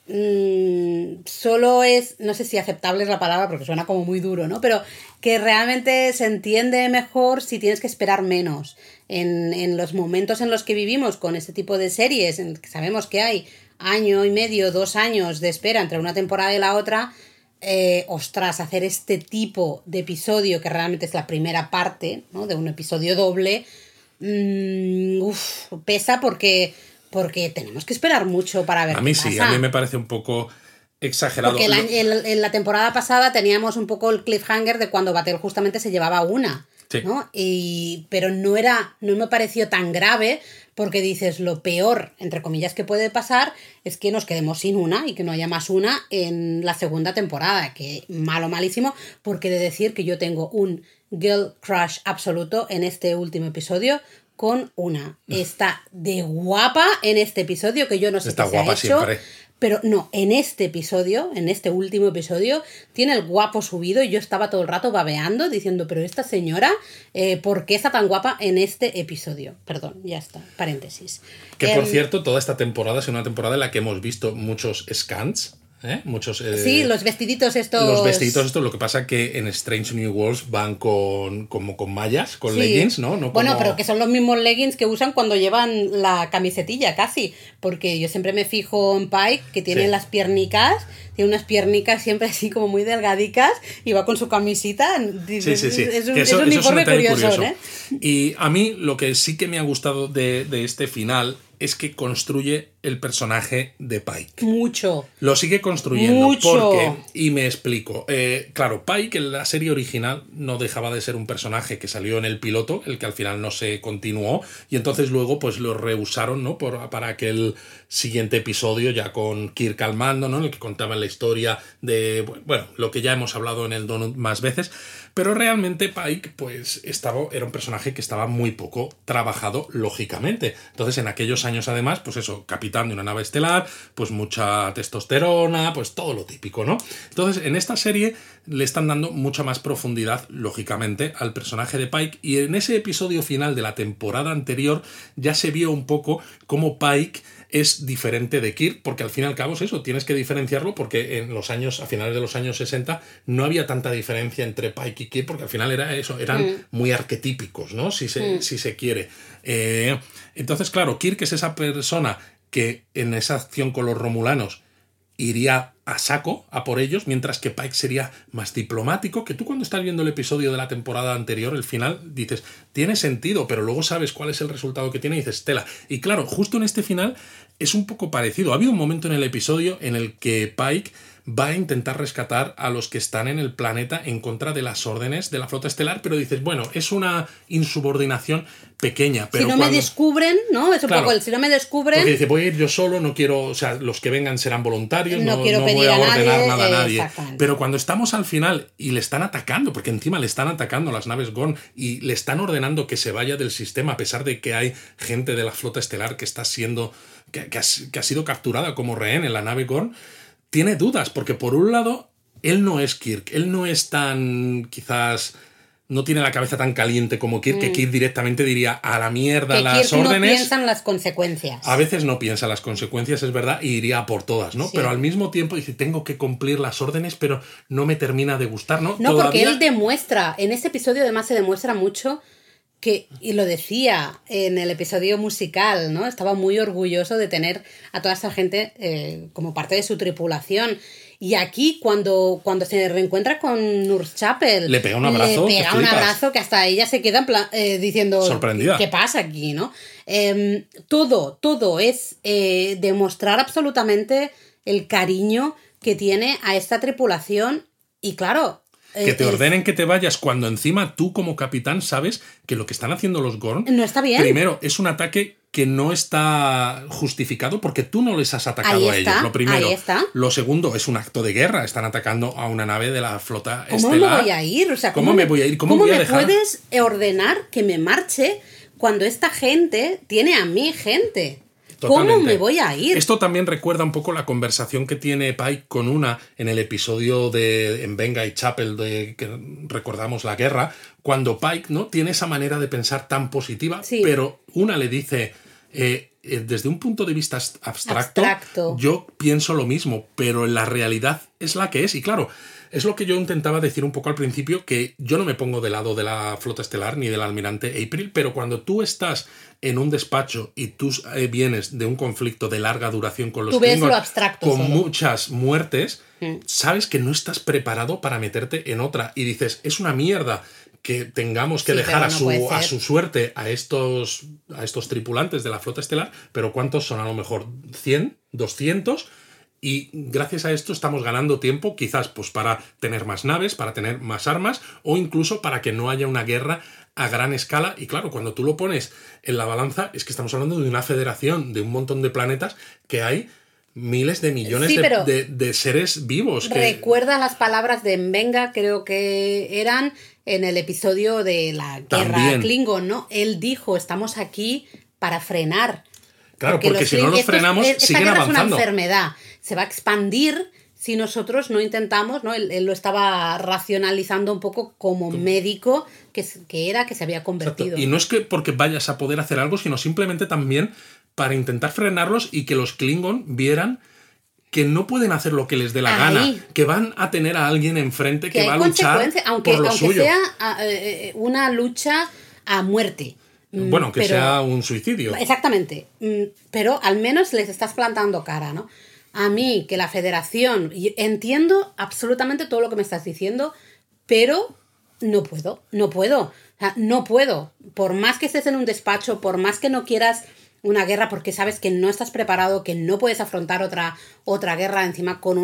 solo es, no sé si aceptable es la palabra porque suena como muy duro, ¿no? Pero que realmente se entiende mejor si tienes que esperar menos. En los momentos en los que vivimos con este tipo de series, en que sabemos que hay 1 año y medio, 2 años de espera entre una temporada y la otra, ostras, hacer este tipo de episodio que realmente es la primera parte, ¿no? De un episodio doble, pesa porque tenemos que esperar mucho para ver a mí qué pasa. Sí, a mí me parece un poco exagerado. Porque en la temporada pasada teníamos un poco el cliffhanger de cuando Batel justamente se llevaba una. Sí. ¿No? Pero no me pareció tan grave porque dices, lo peor, entre comillas, que puede pasar es que nos quedemos sin una y que no haya más una en la segunda temporada, que malísimo, porque he de decir que yo tengo un girl crush absoluto en este último episodio con una. Está de guapa en este episodio, que yo no sé qué se ha hecho. Siempre. Pero no, en este último episodio, tiene el guapo subido y yo estaba todo el rato babeando diciendo, pero esta señora, ¿por qué está tan guapa en este episodio? Perdón, ya está, paréntesis. Que por cierto, toda esta temporada es una temporada en la que hemos visto muchos scans. Muchos, sí, los vestiditos estos. Los vestiditos estos, lo que pasa que en Strange New Worlds van con mallas, con leggings, ¿no? No bueno, pero que son los mismos leggings que usan cuando llevan la camisetilla, casi. Porque yo siempre me fijo en Pike, que tiene las piernicas, tiene unas piernicas siempre así como muy delgadicas, y va con su camisita. Sí. Es un uniforme curioso, ¿eh? Y a mí lo que sí que me ha gustado de este final es que construye el personaje de Pike. Mucho. Lo sigue construyendo. Mucho. Porque, y me explico. Claro, Pike en la serie original no dejaba de ser un personaje que salió en el piloto, el que al final no se continuó, y entonces luego pues lo reusaron, ¿no? Para aquel siguiente episodio ya con Kirk al mando, ¿no? En el que contaban la historia de, bueno, lo que ya hemos hablado en el Donut más veces. Pero realmente Pike, pues, era un personaje que estaba muy poco trabajado, lógicamente. Entonces, en aquellos años, además, pues eso, capitán de una nave estelar, pues mucha testosterona, pues todo lo típico, ¿no? Entonces, en esta serie le están dando mucha más profundidad, lógicamente, al personaje de Pike. Y en ese episodio final de la temporada anterior ya se vio un poco cómo Pike es diferente de Kirk, porque al fin y al cabo es eso, tienes que diferenciarlo porque a finales de los años 60 no había tanta diferencia entre Pike y Kirk, porque al final eran muy arquetípicos, ¿no? Si se quiere. Entonces, claro, Kirk es esa persona que en esa acción con los romulanos iría a saco a por ellos, mientras que Pike sería más diplomático, que tú cuando estás viendo el episodio de la temporada anterior, el final, dices, tiene sentido, pero luego sabes cuál es el resultado que tiene y dices, tela. Y claro, justo en este final es un poco parecido. Ha habido un momento en el episodio en el que Pike va a intentar rescatar a los que están en el planeta en contra de las órdenes de la flota estelar, pero dices, bueno, es una insubordinación pequeña. Pero si no me descubren, ¿no? Es un poco el si no me descubren... Porque dice, voy a ir yo solo, no quiero, o sea, los que vengan serán voluntarios, no voy a ordenar nada a nadie. Pero cuando estamos al final y le están atacando, porque encima le están atacando las naves Gorn y le están ordenando que se vaya del sistema, a pesar de que hay gente de la flota estelar que está siendo, que ha sido capturada como rehén en la nave Gorn, tiene dudas, porque por un lado, él no es Kirk, él no es tan, quizás, no tiene la cabeza tan caliente como Kirk, que Kirk directamente diría a la mierda que las Kirk órdenes. No piensa en las consecuencias. A veces no piensa en las consecuencias, es verdad, y iría a por todas, ¿no? Sí. Pero al mismo tiempo dice, tengo que cumplir las órdenes, pero no me termina de gustar, ¿no? No, porque él demuestra, en este episodio además se demuestra mucho que, y lo decía en el episodio musical, ¿no? Estaba muy orgulloso de tener a toda esa gente como parte de su tripulación. Y aquí, cuando se reencuentra con Nurse Chapel, le pega un abrazo. Le pega un abrazo que hasta ella se queda diciendo, sorprendida. ¿Qué pasa aquí, no? Todo es demostrar absolutamente el cariño que tiene a esta tripulación. Y claro... Que te ordenen que te vayas cuando encima tú como capitán sabes que lo que están haciendo los Gorn... No está bien. Primero, es un ataque que no está justificado porque tú no les has atacado a ellos. Lo primero. Ahí está. Lo segundo, es un acto de guerra. Están atacando a una nave de la flota estelar. ¿Cómo me voy a ir? O sea, ¿Cómo me voy a ir? ¿Cómo me dejar? puedes ordenar que me marche cuando esta gente tiene a mi gente? Totalmente. ¿Cómo me voy a ir? Esto también recuerda un poco la conversación que tiene Pike con Una en el episodio de en Venga y Chapel, de que recordamos la guerra, cuando Pike, ¿no?, tiene esa manera de pensar tan positiva, sí. Pero Una le dice, desde un punto de vista abstracto, yo pienso lo mismo, pero la realidad es la que es. Y claro, es lo que yo intentaba decir un poco al principio, que yo no me pongo del lado de la flota estelar ni del almirante April, pero cuando tú estás en un despacho y tú vienes de un conflicto de larga duración con los Klingons, con muchas muertes, sabes que no estás preparado para meterte en otra. Y dices, es una mierda que tengamos que dejar a su suerte a estos tripulantes de la flota estelar, pero ¿cuántos son? A lo mejor 100, 200... Y gracias a esto estamos ganando tiempo, quizás pues para tener más naves, para tener más armas o incluso para que no haya una guerra a gran escala. Y claro, cuando tú lo pones en la balanza, es que estamos hablando de una federación, de un montón de planetas que hay miles de millones de seres vivos. Recuerda las palabras de Mbenga, creo que eran en el episodio de la guerra Klingon, ¿no? Él dijo, estamos aquí para frenar. Claro, porque si no los frenamos, siguen avanzando. Es una enfermedad. Se va a expandir si nosotros no intentamos, ¿no? Él lo estaba racionalizando un poco como médico que se había convertido. Exacto. Y no es que porque vayas a poder hacer algo, sino simplemente también para intentar frenarlos y que los Klingon vieran que no pueden hacer lo que les dé la gana, que van a tener a alguien enfrente que va a luchar por lo suyo. Aunque sea una lucha a muerte. Bueno, que sea un suicidio. Exactamente. Pero al menos les estás plantando cara, ¿no? A mí, que la federación... Entiendo absolutamente todo lo que me estás diciendo, pero no puedo. O sea, no puedo. Por más que estés en un despacho, por más que no quieras una guerra porque sabes que no estás preparado, que no puedes afrontar otra guerra encima con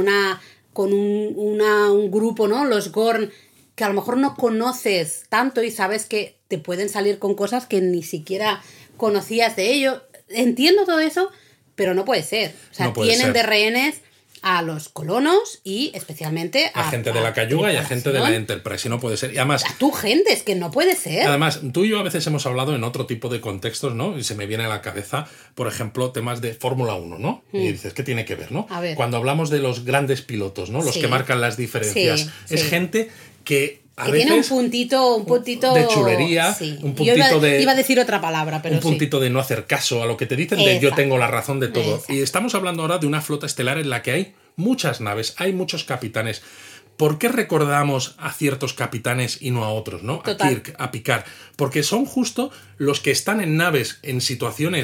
un grupo, ¿no? Los Gorn, que a lo mejor no conoces tanto y sabes que te pueden salir con cosas que ni siquiera conocías de ello. Entiendo todo eso, pero no puede ser. O sea, tienen de rehenes a los colonos y especialmente a gente de la Cayuga y a gente de la Enterprise. Y no puede ser. Y además, a tu gente, es que no puede ser. Además, tú y yo a veces hemos hablado en otro tipo de contextos, ¿no? Y se me viene a la cabeza, por ejemplo, temas de Fórmula 1, ¿no? Y dices, ¿qué tiene que ver, no? Cuando hablamos de los grandes pilotos, ¿no? Los que marcan las diferencias. Es gente que a veces tiene un puntito de chulería, un puntito iba a decir otra palabra, pero un puntito de no hacer caso a lo que te dicen, de yo tengo la razón de todo. Exacto. Y estamos hablando ahora de una flota estelar en la que hay muchas naves, hay muchos capitanes. ¿Por qué recordamos a ciertos capitanes y no a otros, no? Total. A Kirk, a Picard. Porque son justo los que están en naves en situaciones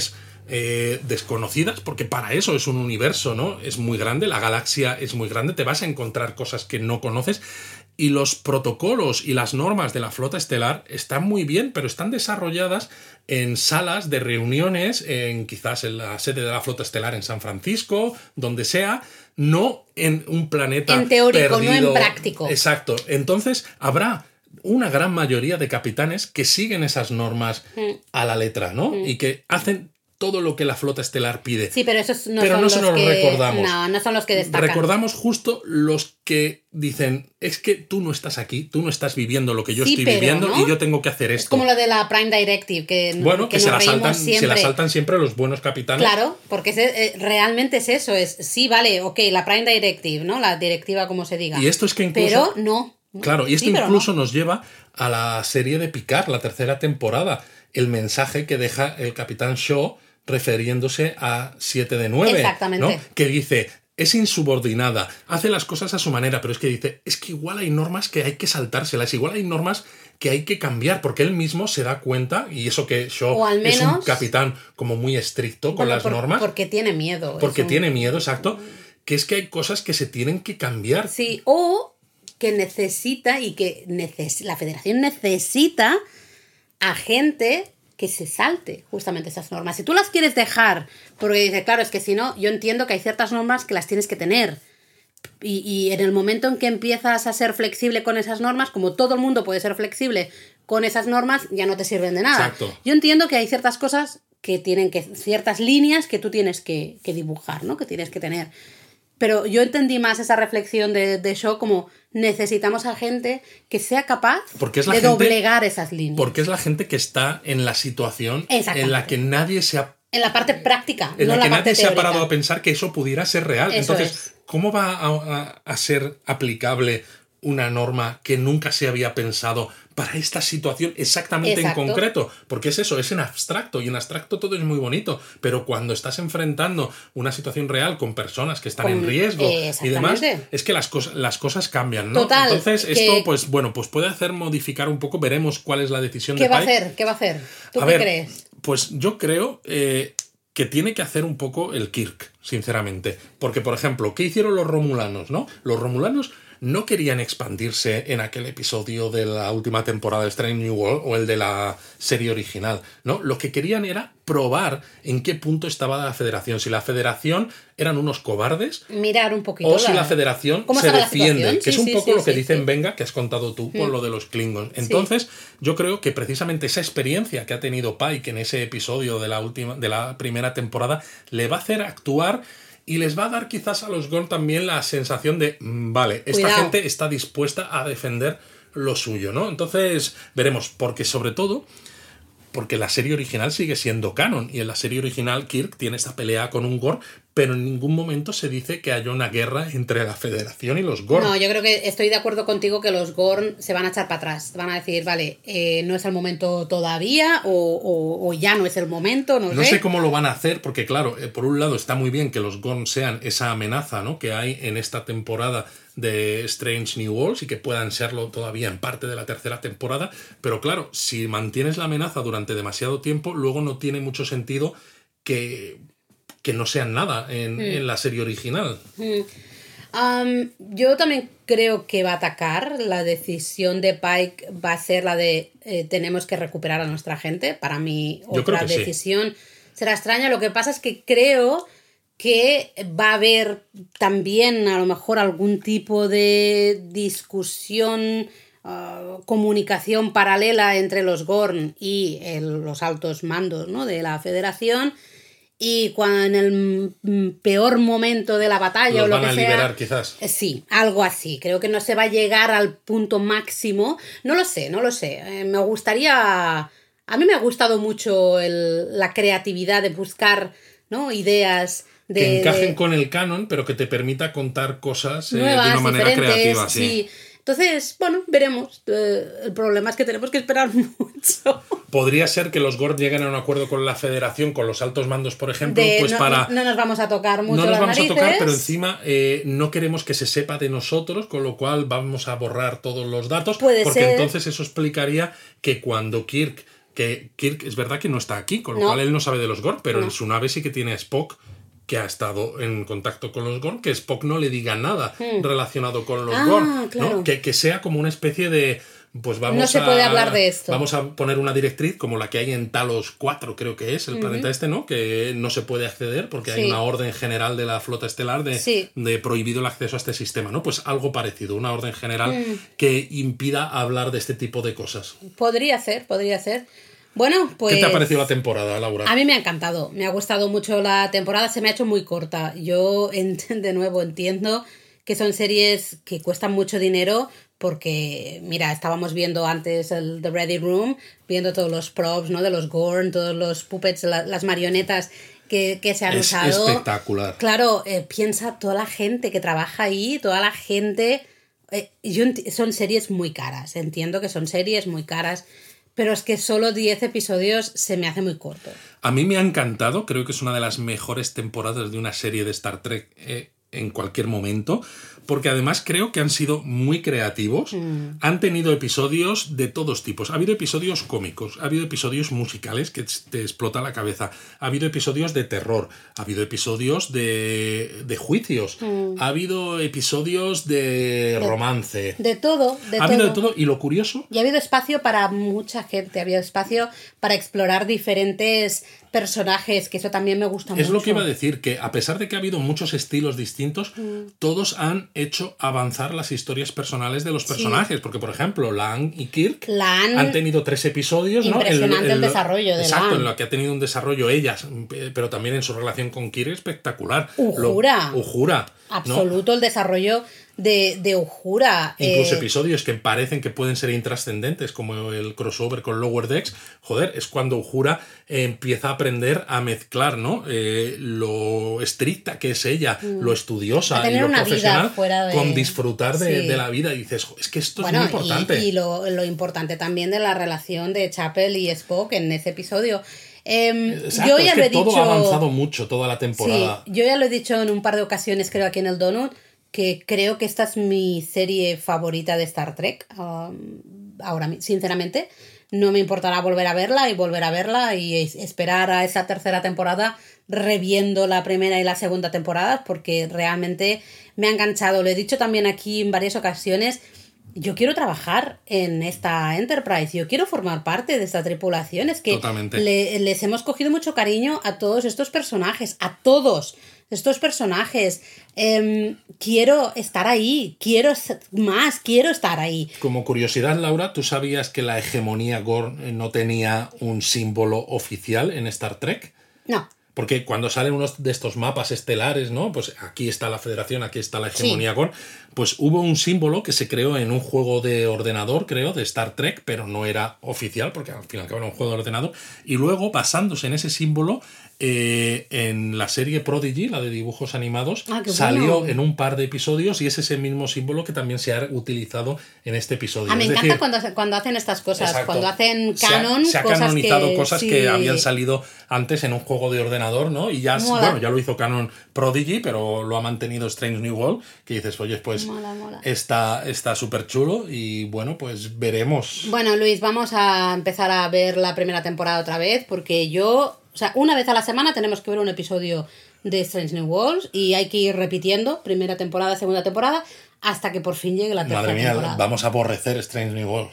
desconocidas, porque para eso es un universo, ¿no? Es muy grande, la galaxia es muy grande, te vas a encontrar cosas que no conoces. Y los protocolos y las normas de la flota estelar están muy bien, pero están desarrolladas en salas de reuniones, quizás en la sede de la flota estelar en San Francisco, donde sea, no en un planeta en teórico, perdido. No en práctico. Exacto. Entonces habrá una gran mayoría de capitanes que siguen esas normas a la letra, ¿no? Y que hacen todo lo que la flota estelar pide. Sí, pero esos no pero son no los se nos que recordamos. No son los que destacan. Recordamos justo los que dicen, es que tú no estás aquí, tú no estás viviendo lo que yo estoy viviendo, ¿no? Y yo tengo que hacer esto. Es como lo de la Prime Directive, que se la saltan siempre los buenos capitanes. Claro, porque realmente es eso, sí, vale, ok, la Prime Directive, ¿no? La directiva como se diga. Y esto es que incluso... Pero no. Claro, y esto incluso nos lleva a la serie de Picard, la tercera temporada. El mensaje que deja el capitán Shaw refiriéndose a 7 de 9. Exactamente. ¿no? Que dice, es insubordinada, hace las cosas a su manera, pero es que dice, es que igual hay normas que hay que saltárselas, igual hay normas que hay que cambiar, porque él mismo se da cuenta, y eso que Shaw es un capitán como muy estricto con las normas. Porque tiene miedo. Porque tiene miedo, exacto, que es que hay cosas que se tienen que cambiar. Sí, o que necesita la Federación necesita a gente que se salte justamente esas normas. Si tú las quieres dejar, porque dices, claro, es que si no, yo entiendo que hay ciertas normas que las tienes que tener. Y en el momento en que empiezas a ser flexible con esas normas, como todo el mundo puede ser flexible con esas normas, ya no te sirven de nada. Exacto. Yo entiendo que hay ciertas cosas ciertas líneas que tú tienes que dibujar, ¿no? Que tienes que tener. Pero yo entendí más esa reflexión de Shaw como necesitamos a gente que sea capaz de doblegar esas líneas. Porque es la gente que está en la situación en la que nadie se ha... En la parte práctica, en no la que parte nadie teórica. Se ha parado a pensar que eso pudiera ser real. Eso Entonces, ¿cómo va a ser aplicable una norma que nunca se había pensado para esta situación exactamente en concreto? Porque es eso, es en abstracto, y en abstracto todo es muy bonito, pero cuando estás enfrentando una situación real con personas que están en riesgo y demás, es que las cosas cambian, ¿no? Total, entonces esto pues puede hacer modificar un poco, veremos cuál es la decisión de Pike. ¿Qué va a hacer? ¿Tú qué crees? Pues yo creo que tiene que hacer un poco el Kirk, sinceramente, porque por ejemplo, ¿qué hicieron los romulanos, no? Los romulanos no querían expandirse en aquel episodio de la última temporada de Strange New World o el de la serie original, ¿no? Lo que querían era probar en qué punto estaba la Federación. Si la Federación eran unos cobardes, mirar un poquito, o si la Federación se defiende, que es un poco lo que dicen Venga, que has contado tú con lo de los Klingons. Entonces, yo creo que precisamente esa experiencia que ha tenido Pike en ese episodio de la primera temporada le va a hacer actuar. Y les va a dar quizás a los Gorn también la sensación de, vale, esta gente está dispuesta a defender lo suyo, ¿no? Entonces, veremos, porque sobre todo, porque la serie original sigue siendo canon, y en la serie original Kirk tiene esta pelea con un Gorn, pero en ningún momento se dice que haya una guerra entre la Federación y los Gorn. No, yo creo que estoy de acuerdo contigo que los Gorn se van a echar para atrás. Van a decir, vale, no es el momento todavía, o ya no es el momento, no sé. No sé cómo lo van a hacer, porque claro, por un lado está muy bien que los Gorn sean esa amenaza, ¿no?, que hay en esta temporada de Strange New Worlds, y que puedan serlo todavía en parte de la tercera temporada, pero claro, si mantienes la amenaza durante demasiado tiempo, luego no tiene mucho sentido que no sean nada en la serie original. Yo también creo que va a atacar. La decisión de Pike va a ser la de tenemos que recuperar a nuestra gente. Para mí, otra decisión será extraña. Lo que pasa es que creo que va a haber también a lo mejor algún tipo de discusión, comunicación paralela entre los Gorn y los altos mandos, ¿no?, de la Federación. Y cuando en el peor momento de la batalla o lo que sea... Los van a liberar, quizás. Sí, algo así. Creo que no se va a llegar al punto máximo. No lo sé. Me gustaría... A mí me ha gustado mucho la creatividad de buscar, ¿no?, ideas... que encajen con el canon, pero que te permita contar cosas nuevas, de una manera creativa. Sí. Entonces, bueno, veremos. El problema es que tenemos que esperar mucho. Podría ser que los Gorn lleguen a un acuerdo con la Federación, con los altos mandos, por ejemplo, no nos vamos a tocar mucho. No nos vamos narices. a tocar, pero encima no queremos que se sepa de nosotros, con lo cual vamos a borrar todos los datos. Puede porque ser. Entonces eso explicaría que cuando Kirk que Kirk es verdad que no está aquí, con lo cual él no sabe de los Gorn, pero en su nave sí que tiene a Spock, que ha estado en contacto con los Gorn, que Spock no le diga nada relacionado con los Gorn, claro. ¿no? Que sea como una especie de... Pues vamos no se puede hablar de esto. Vamos a poner una directriz como la que hay en Talos 4, creo que es, el planeta este, ¿no? Que no se puede acceder porque hay una orden general de la flota estelar de prohibido el acceso a este sistema, ¿no? Pues algo parecido, una orden general que impida hablar de este tipo de cosas. Podría ser. Bueno, pues... ¿Qué te ha parecido la temporada, Laura? A mí me ha encantado, me ha gustado mucho la temporada, se me ha hecho muy corta. Yo, de nuevo, entiendo que son series que cuestan mucho dinero porque, mira, estábamos viendo antes el The Ready Room, viendo todos los props, ¿no? De los Gorn, todos los puppets, las marionetas que se han usado. Es espectacular. Claro, piensa toda la gente que trabaja ahí, toda la gente... son series muy caras, entiendo que son series muy caras, pero es que solo 10 episodios se me hace muy corto. A mí me ha encantado, creo que es una de las mejores temporadas de una serie de Star Trek en cualquier momento, porque además creo que han sido muy creativos, han tenido episodios de todos tipos, ha habido episodios cómicos, ha habido episodios musicales que te explota la cabeza, ha habido episodios de terror, ha habido episodios de juicios, ha habido episodios de romance. De todo, ha habido de todo, y lo curioso... Y ha habido espacio para mucha gente, ha habido espacio para explorar diferentes personajes, que eso también me gusta mucho. Es lo que iba a decir, que a pesar de que ha habido muchos estilos distintos, todos han hecho avanzar las historias personales de los personajes, porque por ejemplo Lang y Kirk han tenido 3 episodios, ¿no? Impresionante el desarrollo de exacto, Lang. en lo que ha tenido un desarrollo ellas, pero también en su relación con Kirk espectacular. Uhura. Absoluto, ¿no? El desarrollo de Uhura. Incluso episodios que parecen que pueden ser intrascendentes, como el crossover con Lower Decks, joder, es cuando Uhura empieza a aprender a mezclar, ¿no? Lo estricta que es ella, lo estudiosa y lo profesional, con disfrutar de la vida. Y dices, es que esto es muy importante. Y lo importante también de la relación de Chapel y Spock en ese episodio. Exacto, yo ya lo he dicho, todo ha avanzado mucho toda la temporada. Sí, yo ya lo he dicho en un par de ocasiones, creo, aquí en el Donut, que creo que esta es mi serie favorita de Star Trek. Ahora, sinceramente, no me importará volver a verla y esperar a esa tercera temporada reviendo la primera y la segunda temporada, porque realmente me ha enganchado. Lo he dicho también aquí en varias ocasiones. Yo quiero trabajar en esta Enterprise, yo quiero formar parte de esta tripulación. Es que les hemos cogido mucho cariño a todos estos personajes, a todos estos personajes. Quiero estar ahí, quiero estar ahí. Como curiosidad, Laura, ¿tú sabías que la hegemonía Gorn no tenía un símbolo oficial en Star Trek? No. Porque cuando salen unos de estos mapas estelares, ¿no? Pues aquí está la Federación, aquí está la hegemonía Gorn. Pues hubo un símbolo que se creó en un juego de ordenador, creo, de Star Trek, pero no era oficial, porque al final era un juego de ordenador. Y luego, basándose en ese símbolo, en la serie Prodigy, la de dibujos animados, salió en un par de episodios y es ese mismo símbolo que también se ha utilizado en este episodio. Me encanta cuando hacen estas cosas, exacto, cuando hacen canon. Se ha canonizado cosas que habían salido antes en un juego de ordenador, ¿no? Y ya, bueno, ya lo hizo canon Prodigy, pero lo ha mantenido Strange New World, que dices, oye, pues mola. Está súper chulo y bueno, pues veremos. Bueno, Luis, vamos a empezar a ver la primera temporada otra vez, porque una vez a la semana tenemos que ver un episodio de Strange New Worlds y hay que ir repitiendo primera temporada, segunda temporada, hasta que por fin llegue la tercera temporada. Madre mía, vamos a aborrecer Strange New Worlds.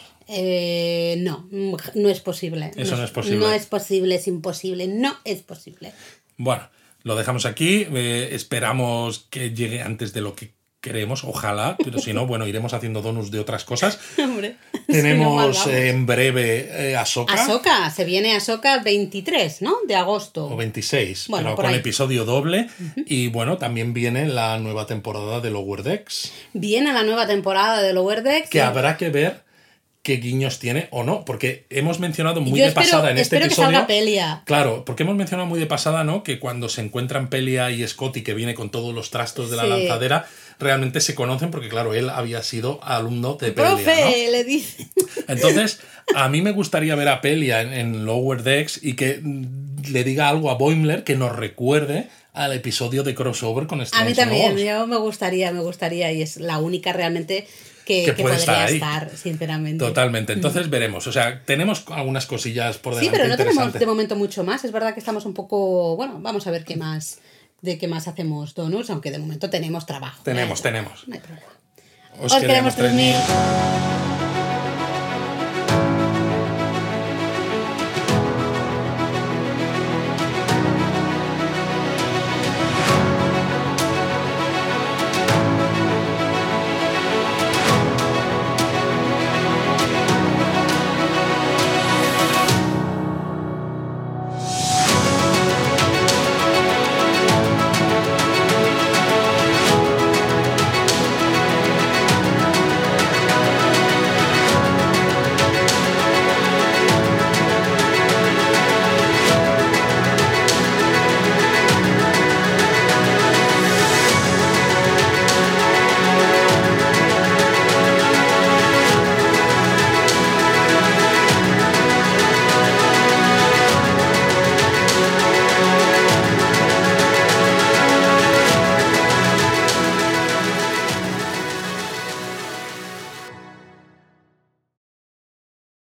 No es posible. Eso no es posible. No es posible, es imposible, no es posible. Bueno, lo dejamos aquí, esperamos que llegue antes de lo que queremos, ojalá, pero si no, bueno, iremos haciendo donuts de otras cosas. Hombre, tenemos en breve Ahsoka. Ahsoka, se viene Ahsoka 23, ¿no? De agosto. O 26, bueno, pero con episodio doble. Y bueno, también viene la nueva temporada de Lower Decks. Viene la nueva temporada de Lower Decks. Que habrá que ver qué guiños tiene o no, porque hemos mencionado muy de pasada en este episodio. Espero que salga Pelia. Claro, porque hemos mencionado muy de pasada, ¿no? Que cuando se encuentran Pelia y Scotty, que viene con todos los trastos de la lanzadera, realmente se conocen porque, claro, él había sido alumno de Pelia, ¡profe! ¿no? Le dice. Entonces, a mí me gustaría ver a Pelia en Lower Decks y que le diga algo a Boimler que nos recuerde al episodio de crossover con Strange A mí también, New Worlds. me gustaría, y es la única realmente que puede podría estar, sinceramente. Totalmente. Entonces veremos. O sea, tenemos algunas cosillas por delante. Sí, pero no tenemos de momento mucho más. Es verdad que estamos un poco... Bueno, vamos a ver qué más hacemos donuts, aunque de momento tenemos trabajo. Tenemos. No hay problema. Os queremos 3000.